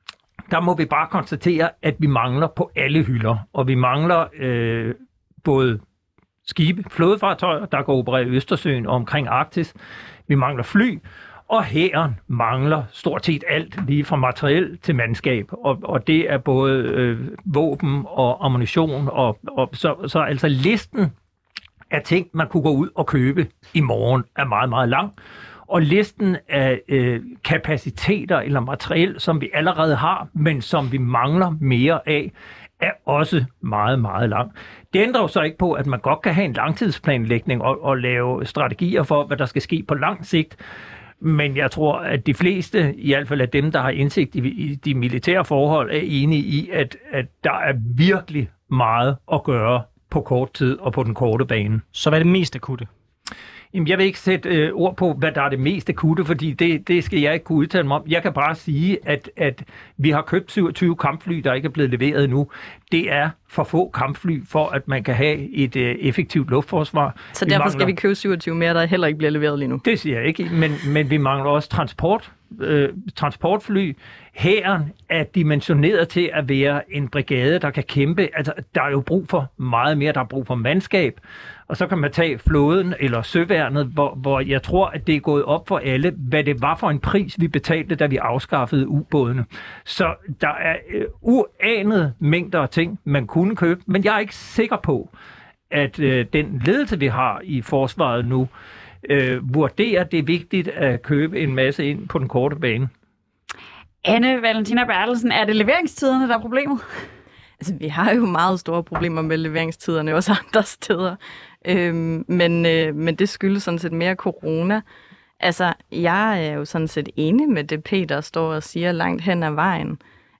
der må vi bare konstatere, at vi mangler på alle hylder. Og vi mangler både skibe, flådefartøjer, der kan operere i Østersøen og omkring Arktis. Vi mangler fly, og hæren mangler stort set alt, lige fra materiel til mandskab. Og det er både våben og ammunition. Og så altså listen af ting, man kunne gå ud og købe i morgen, er meget, meget lang. Og listen af kapaciteter eller materiel, som vi allerede har, men som vi mangler mere af, er også meget, meget lang. Det ændrer jo så ikke på, at man godt kan have en langtidsplanlægning og lave strategier for, hvad der skal ske på lang sigt. Men jeg tror, at de fleste, i hvert fald af dem, der har indsigt i de militære forhold, er enige i, at der er virkelig meget at gøre på kort tid og på den korte bane.
Så hvad er det mest akutte?
Jamen, jeg vil ikke sætte ord på, hvad der er det mest akutte, fordi det skal jeg ikke kunne udtale mig om. Jeg kan bare sige, at vi har købt 27 kampfly, der ikke er blevet leveret endnu. Det er for få kampfly, for at man kan have et effektivt luftforsvar.
Så derfor skal vi købe 27 mere, der heller ikke bliver leveret lige nu?
Det siger jeg ikke, men vi mangler også transportfly. Hæren er dimensioneret til at være en brigade, der kan kæmpe. Altså, der er jo brug for meget mere. Der er brug for mandskab. Og så kan man tage flåden eller søværnet, hvor jeg tror, at det er gået op for alle, hvad det var for en pris, vi betalte, da vi afskaffede ubådene. Så der er uanede mængder af ting, man kunne købe. Men jeg er ikke sikker på, at den ledelse, vi har i forsvaret nu, vurderer, det er vigtigt at købe en masse ind på den korte bane.
Anne Valentina Bertelsen, er det leveringstiderne, der er problemet?
Altså, vi har jo meget store problemer med leveringstiderne også andre steder. Men det skyldes sådan set mere corona. Altså, jeg er jo sådan set enig med det, Peter står og siger langt hen ad vejen.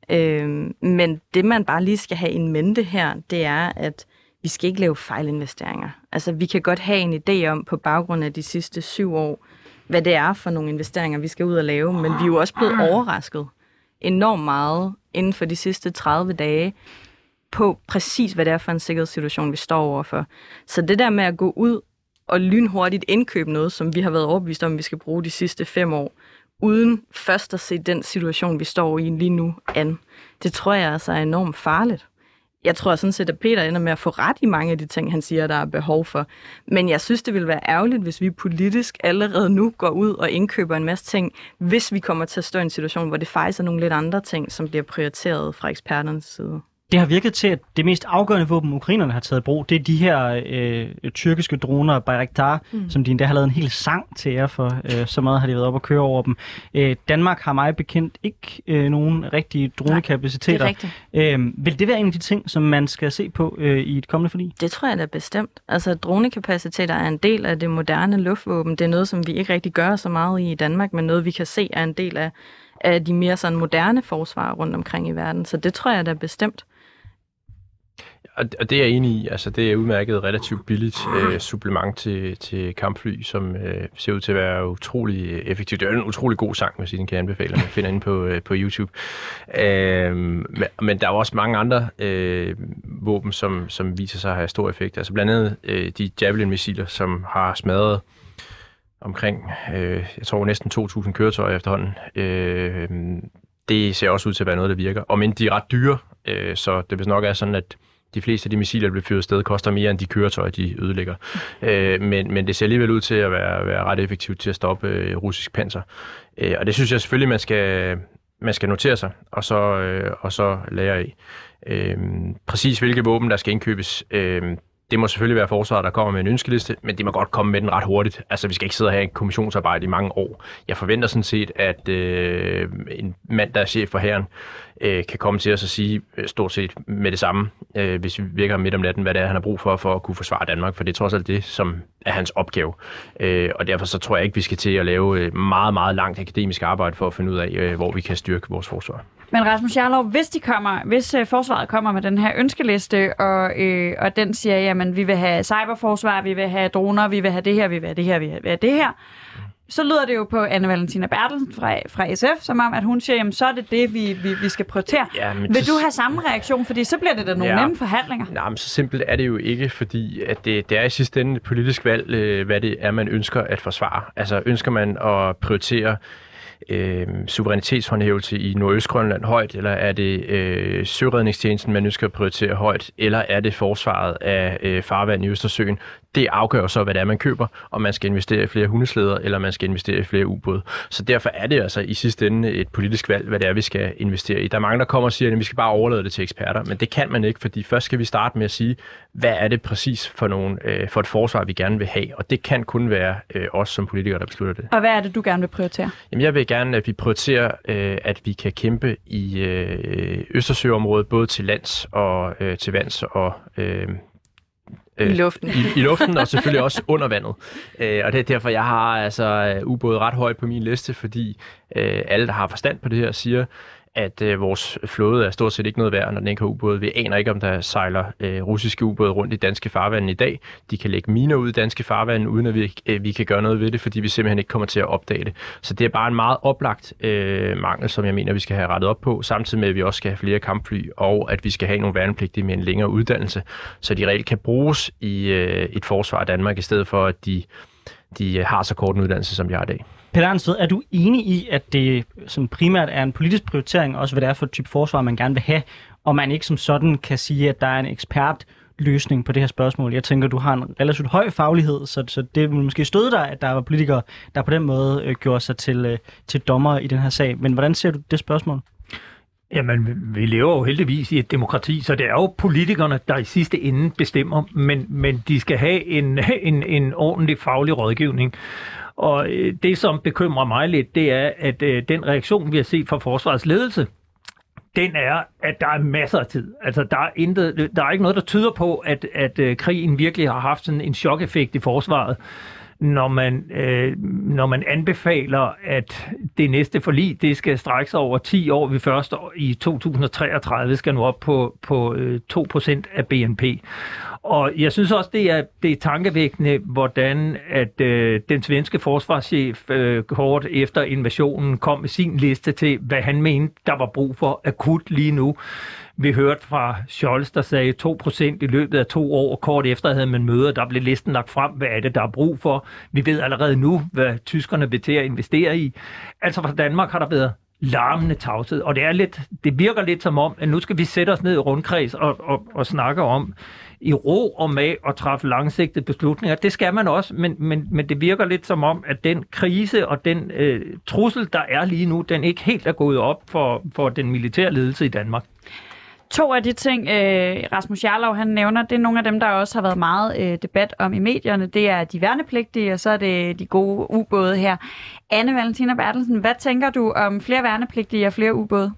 Men det, man bare lige skal have en mente her, det er, at vi skal ikke lave fejlinvesteringer. Altså, vi kan godt have en idé om, på baggrund af de sidste 7 år, hvad det er for nogle investeringer, vi skal ud og lave. Men vi er jo også blevet overrasket enormt meget inden for de sidste 30 dage på præcis, hvad det er for en sikkerhedssituation, vi står overfor. Så det der med at gå ud og lynhurtigt indkøbe noget, som vi har været overbevist om, vi skal bruge de sidste 5 år, uden først at se den situation, vi står i lige nu an, det tror jeg altså er enormt farligt. Jeg tror sådan set, at Peter ender med at få ret i mange af de ting, han siger, der er behov for. Men jeg synes, det vil være ærgerligt, hvis vi politisk allerede nu går ud og indkøber en masse ting, hvis vi kommer til at stå i en situation, hvor det faktisk er nogle lidt andre ting, som bliver prioriteret fra eksperternes side.
Det har virket til, at det mest afgørende våben, ukrainerne har taget i brug, det er de her tyrkiske droner, Bayraktar, som de endda har lavet en hel sang til jer for. Så meget har de været op og køre over dem. Danmark har mig bekendt ikke nogen rigtige dronekapaciteter.
Nej, det er rigtigt.
Vil det være en af de ting, som man skal se på i et kommende forlig?
Det tror jeg da bestemt. Altså, dronekapaciteter er en del af det moderne luftvåben. Det er noget, som vi ikke rigtig gør så meget i Danmark, men noget, vi kan se er en del af de mere sådan moderne forsvar rundt omkring i verden. Så det tror jeg da bestemt.
Og det er jeg enig i. Altså, det er udmærket relativt billigt supplement til kampfly, som ser ud til at være utrolig effektivt. Det er en utrolig god sang, hvis I den kan anbefale, man finder inde på YouTube. Men der er også mange andre våben, som viser sig at have stor effekt. Altså blandt andet de Javelin-missiler, som har smadret omkring, jeg tror næsten 2.000 køretøjer efterhånden. Det ser også ud til at være noget, der virker. Men de er ret dyre, så det vist nok er sådan, at de fleste af de missiler, der bliver fyret afsted, koster mere end de køretøjer, de ødelægger. Men det ser alligevel ud til at være ret effektivt til at stoppe russisk panser. Og det synes jeg selvfølgelig, man skal notere sig, og så lære af. Præcis hvilke våben, der skal indkøbes, det må selvfølgelig være forsvaret, der kommer med en ønskeliste, men de må godt komme med den ret hurtigt. Altså, vi skal ikke sidde og have en kommissionsarbejde i mange år. Jeg forventer sådan set, at en mand, der er chef for hæren, kan komme til os og sige stort set med det samme, hvis vi virker midt om natten, hvad det er, han har brug for at kunne forsvare Danmark, for det er trods alt det, som er hans opgave. Og derfor så tror jeg ikke, vi skal til at lave meget, meget langt akademisk arbejde for at finde ud af, hvor vi kan styrke vores forsvar.
Men Rasmus Jarlov, hvis forsvaret kommer med den her ønskeliste, og den siger, jamen vi vil have cyberforsvar, vi vil have droner, vi vil have det her, vi vil have det her, vi vil have det her, så lyder det jo på Anne Valentina Bertelsen fra SF, som om, at hun siger, jamen så er det, vi skal prioritere. Ja, vil du have samme reaktion? Fordi så bliver det da nogle nemme forhandlinger.
Nej, men så simpelt er det jo ikke, fordi at det er i sidste ende et politisk valg, hvad det er, man ønsker at forsvare. Altså ønsker man at prioritere suverænitetshåndhævelse i Nordøstgrønland højt, eller er det søredningstjenesten, man ønsker at prioritere højt, eller er det forsvaret af farvand i Østersøen? Det afgør så, hvad det er, man køber, om man skal investere i flere hundeslæder, eller man skal investere i flere ubåde. Så derfor er det altså i sidste ende et politisk valg, hvad det er, vi skal investere i. Der er mange, der kommer og siger, at vi skal bare overlade det til eksperter, men det kan man ikke, fordi først skal vi starte med at sige, hvad er det præcis for et forsvar, vi gerne vil have, og det kan kun være os som politikere, der beslutter det.
Og hvad er det, du gerne vil prioritere?
Jamen, jeg vil gerne, at vi prioriterer, at vi kan kæmpe i Østersøområdet, både til lands og til vands og
i luften.
I luften, og selvfølgelig også under vandet. Og det er derfor, jeg har altså ubåde ret højt på min liste, fordi alle, der har forstand på det her, siger, at vores flåde er stort set ikke noget værd, når den ikke har ubåde. Vi aner ikke, om der sejler russiske ubåde rundt i danske farvande i dag. De kan lægge miner ud i danske farvande, uden at vi kan gøre noget ved det, fordi vi simpelthen ikke kommer til at opdage det. Så det er bare en meget oplagt mangel, som jeg mener, vi skal have rettet op på, samtidig med, at vi også skal have flere kampfly, og at vi skal have nogle værnepligtige med en længere uddannelse, så de reelt kan bruges i et forsvar af Danmark, i stedet for, at de har så kort en uddannelse, som de har i dag.
Peter Arndsted, er du enig i, at det som primært er en politisk prioritering, også hvad det er for et type forsvar, man gerne vil have, og man ikke som sådan kan sige, at der er en ekspertløsning på det her spørgsmål? Jeg tænker, du har en relativt høj faglighed, så det vil måske støde dig, at der var politikere, der på den måde gjorde sig til dommer i den her sag. Men hvordan ser du det spørgsmål?
Jamen, vi lever jo heldigvis i et demokrati, så det er jo politikerne, der i sidste ende bestemmer, men de skal have en ordentlig faglig rådgivning. Og det, som bekymrer mig lidt, det er, at den reaktion, vi har set fra forsvarets ledelse, den er, at der er masser af tid. Altså, der er ikke noget, der tyder på, at krigen virkelig har haft sådan en chok-effekt i forsvaret, når man anbefaler, at det næste forlig, det skal strække sig over 10 år. Vi først i 2033 skal nu op på 2% af BNP. Og jeg synes også, det er tankevækkende, hvordan at den svenske forsvarschef kort efter invasionen kom med sin liste til, hvad han mente, der var brug for akut lige nu. Vi hørte fra Scholz, der sagde 2% i løbet af 2 år, og kort efter havde man møder, der blev listen lagt frem, hvad er det, der er brug for. Vi ved allerede nu, hvad tyskerne vil til at investere i. Altså fra Danmark har der været larmende tavshed, og det virker lidt som om, at nu skal vi sætte os ned i rundkreds og snakke om i ro og med at træffe langsigtede beslutninger. Det skal man også, men det virker lidt som om, at den krise og den trussel, der er lige nu, den ikke helt er gået op for den militære ledelse i Danmark.
2 af de ting, Rasmus Jarlov han nævner, det er nogle af dem, der også har været meget debat om i medierne. Det er de værnepligtige, og så er det de gode ubåde her. Anne Valentina Bertelsen, hvad tænker du om flere værnepligtige og flere ubåde?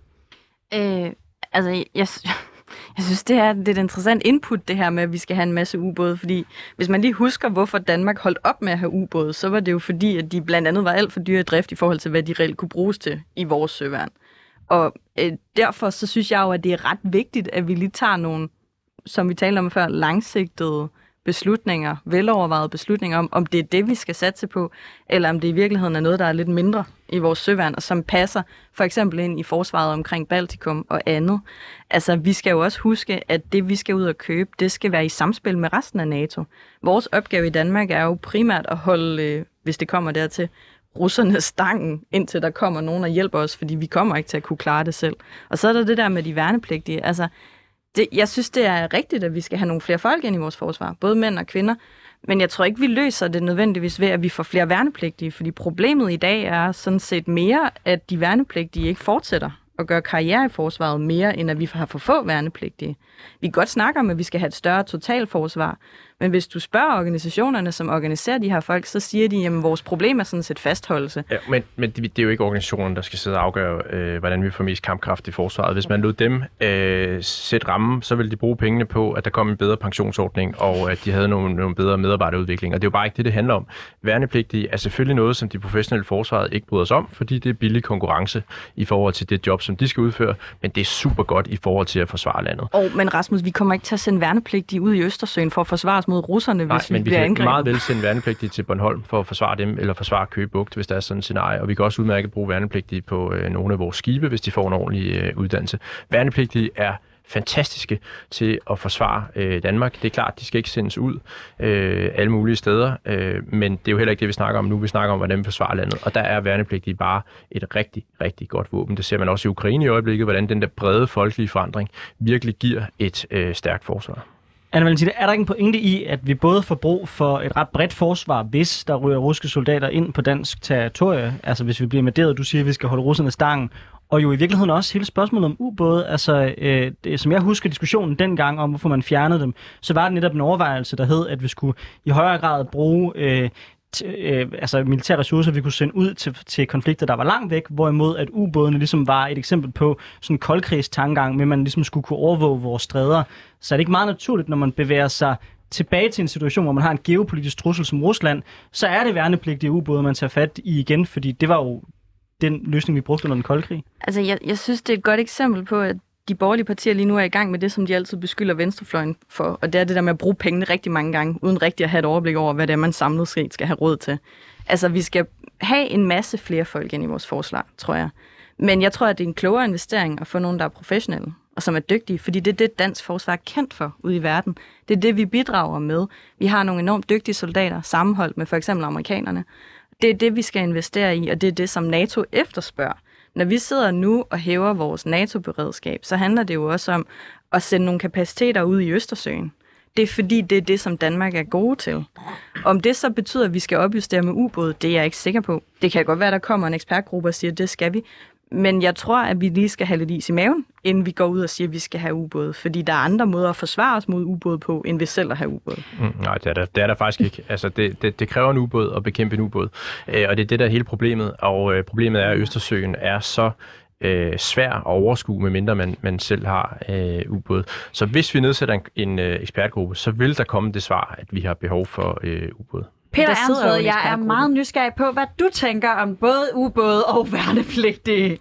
Jeg synes, det er et interessant input, det her med, at vi skal have en masse ubåde, fordi hvis man lige husker, hvorfor Danmark holdt op med at have ubåde, så var det jo fordi, at de blandt andet var alt for dyre i drift i forhold til, hvad de reelt kunne bruges til i vores søværn. Og derfor så synes jeg jo, at det er ret vigtigt, at vi lige tager nogle, som vi talte om før, langsigtede beslutninger, velovervejede beslutninger om det er det, vi skal satse på, eller om det i virkeligheden er noget, der er lidt mindre i vores søværn, og som passer for eksempel ind i forsvaret omkring Baltikum og andet. Altså, vi skal jo også huske, at det, vi skal ud og købe, det skal være i samspil med resten af NATO. Vores opgave i Danmark er jo primært at holde, hvis det kommer dertil, russerne stangen, indtil der kommer nogen og hjælper os, fordi vi kommer ikke til at kunne klare det selv. Og så er der det der med de værnepligtige. Altså, jeg synes, det er rigtigt, at vi skal have nogle flere folk ind i vores forsvar, både mænd og kvinder, men jeg tror ikke, vi løser det nødvendigvis ved, at vi får flere værnepligtige, fordi problemet i dag er sådan set mere, at de værnepligtige ikke fortsætter og gøre karriere i forsvaret mere, end at vi har for få værnepligtige. Vi kan godt snakke om, at vi skal have et større totalforsvar, men hvis du spørger organisationerne, som organiserer de her folk, så siger de, at vores problem er sådan set fastholdelse.
Ja, men det er jo ikke organisationerne, der skal sidde og afgøre, hvordan vi får mest kampkraft i forsvaret. Hvis man lod dem sætte rammen, så ville de bruge pengene på, at der kom en bedre pensionsordning, og at de havde nogle bedre medarbejderudvikling. Og det er jo bare ikke det handler om. Værnepligtige er selvfølgelig noget, som de professionelle forsvaret ikke bryder sig om, fordi det er billig konkurrence i forhold til det job, som de skal udføre, men det er super godt i forhold til at forsvare landet.
Men Rasmus, vi kommer ikke til at sende værnepligtige ud i Østersøen for at forsvare os mod russerne, hvis vi bliver angrebet.
Nej, men vi kan meget vel sende værnepligtige til Bornholm for at forsvare dem, eller forsvare Køge Bugt, hvis der er sådan et scenarie. Og vi kan også udmærket bruge værnepligtige på nogle af vores skibe, hvis de får en ordentlig uddannelse. Værnepligtige er fantastiske til at forsvare Danmark. Det er klart, de skal ikke sendes ud alle mulige steder, men det er jo heller ikke det, vi snakker om nu. Vi snakker om, hvordan vi forsvarer landet, og der er værnepligtige bare et rigtig, rigtig godt våben. Det ser man også i Ukraine i øjeblikket, hvordan den der brede folkelige forandring virkelig giver et stærkt forsvar.
Anna Valentina, er der ikke en pointe i, at vi både får brug for et ret bredt forsvar, hvis der ryger russiske soldater ind på dansk territorie, altså hvis vi bliver invaderet, du siger, at vi skal holde russerne stangen, og jo i virkeligheden også hele spørgsmålet om ubåde, altså som jeg husker diskussionen dengang om, hvorfor man fjernede dem, så var det netop en overvejelse, der hed, at vi skulle i højere grad bruge militære ressourcer, vi kunne sende ud til konflikter, der var langt væk, hvorimod at ubådene ligesom var et eksempel på sådan en koldkrigstankegang, med man ligesom skulle kunne overvåge vores stræder. Så er det ikke meget naturligt, når man bevæger sig tilbage til en situation, hvor man har en geopolitisk trussel som Rusland, så er det værnepligtige ubåde, man tager fat i igen, fordi det var jo den løsning, vi brugte under den kolde krig.
Altså, jeg synes, det er et godt eksempel på, at de borgerlige partier lige nu er i gang med det, som de altid beskylder venstrefløjen for, og det er det der med at bruge pengene rigtig mange gange, uden rigtig at have et overblik over, hvad det er, man samlet set skal have råd til. Altså, vi skal have en masse flere folk ind i vores forsvar, tror jeg. Men jeg tror, at det er en klogere investering at få nogen, der er professionelle, og som er dygtige, fordi det er det, dansk forsvar er kendt for ude i verden. Det er det, vi bidrager med. Vi har nogle enormt dygtige soldater, sammenholdt med for eksempel amerikanerne. Det er det, vi skal investere i, og det er det, som NATO efterspørger. Når vi sidder nu og hæver vores NATO-beredskab, så handler det jo også om at sende nogle kapaciteter ud i Østersøen. Det er fordi, det er det, som Danmark er gode til. Om det så betyder, at vi skal opjustere med ubåde, det er jeg ikke sikker på. Det kan godt være, at der kommer en ekspertgruppe og siger, at det skal vi. Men jeg tror, at vi lige skal have lidt is i maven, inden vi går ud og siger, at vi skal have ubåde. Fordi der er andre måder at forsvare os mod ubåde på, end vi selv at have ubåde.
Nej, det er der faktisk ikke. Altså, det kræver en ubåd at bekæmpe en ubåd. Og det er det, der er hele problemet. Og problemet er, at Østersøen er så svær at overskue, medmindre man selv har ubåd. Så hvis vi nedsætter en ekspertgruppe, så vil der komme det svar, at vi har behov for ubåd.
Peter Ernstved, jeg er meget nysgerrig på, hvad du tænker om både ubåde og værnepligtige.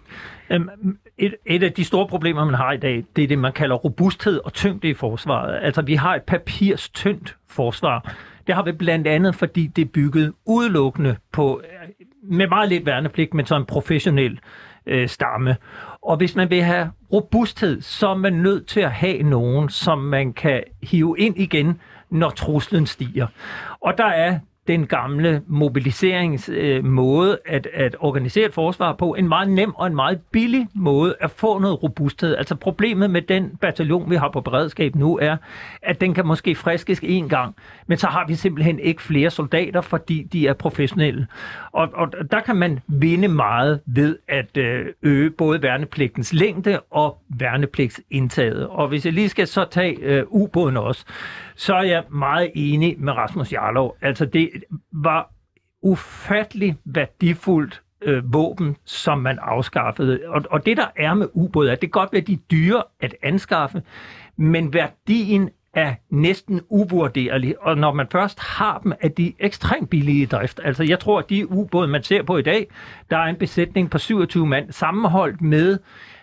Et af de store problemer, man har i dag, det er det, man kalder robusthed og tyngde i forsvaret. Altså, vi har et papirstyndt forsvar. Det har vi blandt andet, fordi det er bygget udelukkende på, med meget lidt værnepligt, men så en professionel stamme. Og hvis man vil have robusthed, så er man nødt til at have nogen, som man kan hive ind igen, når truslen stiger. Og der er den gamle mobiliseringsmåde at organisere et forsvar på en meget nem og en meget billig måde at få noget robusthed. Altså problemet med den bataljon, vi har på beredskab nu, er, at den kan måske friskes en gang, men så har vi simpelthen ikke flere soldater, fordi de er professionelle. Og der kan man vinde meget ved at øge både værnepligtens længde og værnepligtsindtaget. Og hvis jeg lige skal så tage ubåden også, så er jeg meget enig med Rasmus Jarlov. Altså det var ufattelig værdifuldt våben, som man afskaffede. Og det der er med ubåde, at det kan godt være, de er dyre at anskaffe, men værdien er næsten uvurderlig. Og når man først har dem, er de ekstremt billige i drift. Altså jeg tror, at de ubåde, man ser på i dag, der er en besætning på 27 mand, sammenholdt med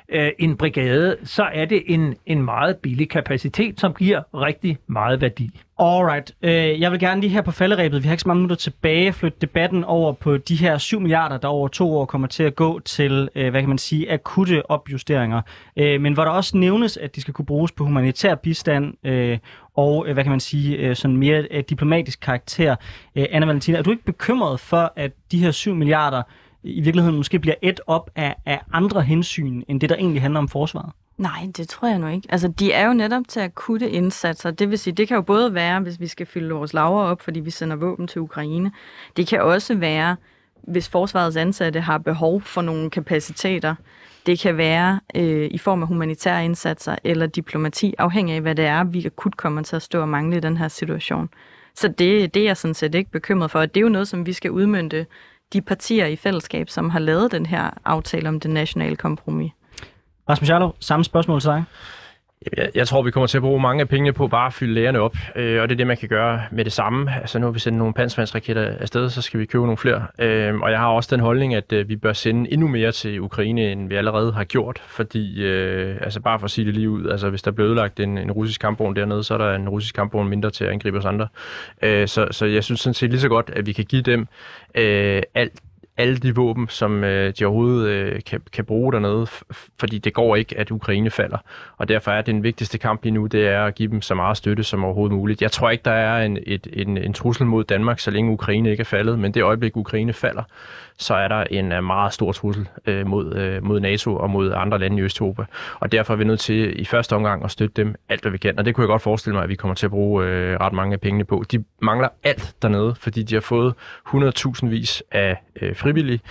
en brigade, så er det en meget billig kapacitet, som giver rigtig meget værdi.
Alright. Jeg vil gerne lige her på falderebet, vi har ikke så mange minutter tilbage, flytte debatten over på de her 7 milliarder, der over 2 år kommer til at gå til, hvad kan man sige, akutte opjusteringer. Men hvor der også nævnes, at de skal kunne bruges på humanitær bistand og, hvad kan man sige, sådan mere diplomatisk karakter. Anna Valentina, er du ikke bekymret for, at de her 7 milliarder i virkeligheden måske bliver ædt op af andre hensyn, end det, der egentlig handler om forsvaret?
Nej, det tror jeg nu ikke. Altså, de er jo netop til akutte indsatser. Det vil sige, det kan jo både være, hvis vi skal fylde vores lagre op, fordi vi sender våben til Ukraine. Det kan også være, hvis forsvarets ansatte har behov for nogle kapaciteter. Det kan være i form af humanitære indsatser eller diplomati, afhængig af, hvad det er, vi akut kommer til at stå og mangle i den her situation. Så det er jeg sådan set ikke bekymret for. Det er jo noget, som vi skal udmønte de partier i fællesskab, som har lavet den her aftale om det nationale kompromis.
Rasmus Jarlov, samme spørgsmål til dig.
Jeg tror, vi kommer til at bruge mange af pengene på bare at fylde lagerne op, og det er det, man kan gøre med det samme. Altså nu har vi sendt nogle panserværnsraketter afsted, så skal vi købe nogle flere. Og jeg har også den holdning, at vi bør sende endnu mere til Ukraine, end vi allerede har gjort, fordi, altså bare for at sige det lige ud, altså hvis der bliver ødelagt en russisk kampvogn dernede, så er der en russisk kampvogn mindre til at angribe os andre. Så jeg synes sådan set lige så godt, at vi kan give dem alle de våben, som de overhovedet kan bruge dernede, fordi det går ikke, at Ukraine falder. Og derfor er den vigtigste kamp lige nu, det er at give dem så meget støtte som overhovedet muligt. Jeg tror ikke, der er en trussel mod Danmark, så længe Ukraine ikke er faldet, men det øjeblik, Ukraine falder, så er der en meget stor trussel mod NATO og mod andre lande i Østeuropa. Og derfor er vi nødt til i første omgang at støtte dem alt, hvad vi kan. Og det kunne jeg godt forestille mig, at vi kommer til at bruge ret mange af pengene på. De mangler alt dernede, fordi de har fået 100.000 af frivillige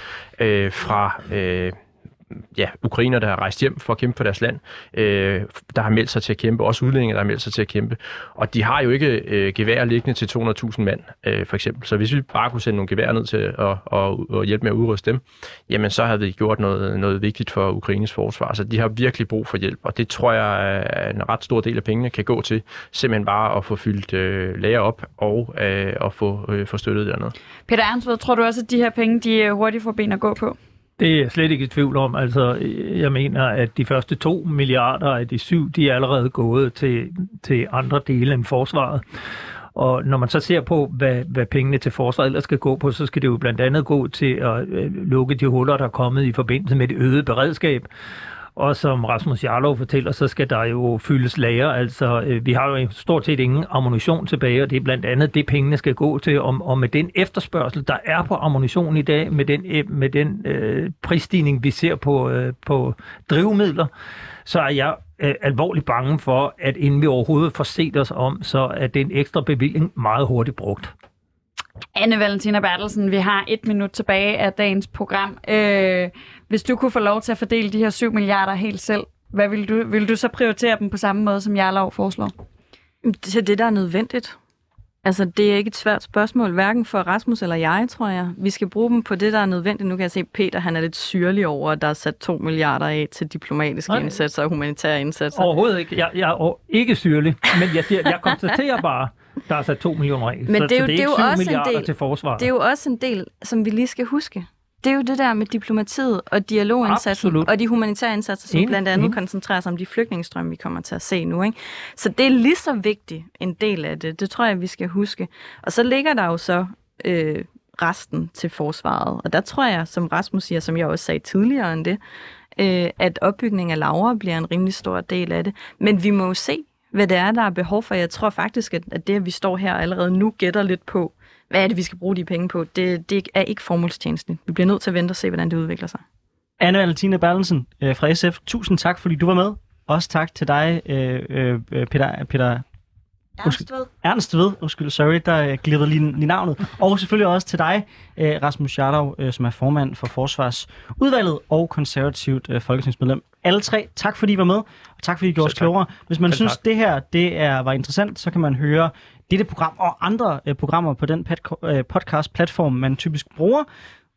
fra ukrainer, der har rejst hjem for at kæmpe for deres land, der har meldt sig til at kæmpe, også udlændinge, der har meldt sig til at kæmpe. Og de har jo ikke gevær liggende til 200.000 mand, for eksempel. Så hvis vi bare kunne sende nogle geværer ned til at hjælpe med at udryste dem, jamen så havde vi gjort noget vigtigt for Ukraines forsvar. Så de har virkelig brug for hjælp, og det tror jeg, en ret stor del af pengene kan gå til simpelthen bare at få fyldt lager op og at få støttet dernede.
Peter Ernst, tror du også, at de her penge, de hurtigt får ben at gå på?
Det er jeg slet ikke i tvivl om. Altså, jeg mener, at de første 2 milliarder af de 7, de er allerede gået til andre dele end forsvaret. Og når man så ser på, hvad pengene til forsvaret ellers skal gå på, så skal det jo blandt andet gå til at lukke de huller, der er kommet i forbindelse med det øgede beredskab. Og som Rasmus Jarlov fortæller, så skal der jo fyldes lager. Altså, vi har jo stort set ingen ammunition tilbage, og det er blandt andet det, pengene skal gå til. Og med den efterspørgsel, der er på ammunition i dag, med den prisstigning, vi ser på drivmidler, så er jeg alvorligt bange for, at inden vi overhovedet får set os om, så er den ekstra bevilling meget hurtigt brugt.
Anne Valentina Bertelsen, vi har 1 minut tilbage af dagens program. Hvis du kunne få lov til at fordele de her 7 milliarder helt selv, hvad vil du så prioritere dem på samme måde, som Jarlov foreslår?
Det er det, der er nødvendigt. Altså, det er ikke et svært spørgsmål, hverken for Rasmus eller jeg, tror jeg. Vi skal bruge dem på det, der er nødvendigt. Nu kan jeg se, Peter, han er lidt syrlig over, at der er sat 2 milliarder af til diplomatiske indsatser og humanitære indsatser.
Overhovedet ikke. Jeg er ikke syrlig, men jeg konstaterer bare, der er sat 2 millioner af.
Men det er jo også
7 milliarder til forsvaret.
Det er jo også en del, som vi lige skal huske. Det er jo det der med diplomatiet og dialogindsatsen og de humanitære indsatser, som blandt andet koncentrerer sig om de flygtningestrømme, vi kommer til at se nu. Ikke? Så det er lige så vigtigt en del af det. Det tror jeg, vi skal huske. Og så ligger der jo så resten til forsvaret. Og der tror jeg, som Rasmus siger, som jeg også sagde tidligere end det, at opbygning af lagre bliver en rimelig stor del af det. Men vi må jo se, hvad det er, der er behov for. Jeg tror faktisk, at det, at vi står her allerede nu gætter lidt på, hvad er det, vi skal bruge de penge på? Det er ikke formålstjenestligt. Vi bliver nødt til at vente og se, hvordan det udvikler sig. Anne
Valentina Bertelsen fra SF, tusind tak, fordi du var med. Også tak til dig, Peter Ernstved, sorry, der glippede lige navnet. Og selvfølgelig også til dig, Rasmus Jarlov, som er formand for Forsvarsudvalget og konservativt folketingsmedlem. Alle 3, tak fordi I var med, og tak fordi I gjorde os klogere. Hvis man synes, det her var interessant, så kan man høre dette program og andre programmer på den podcast-platform, man typisk bruger.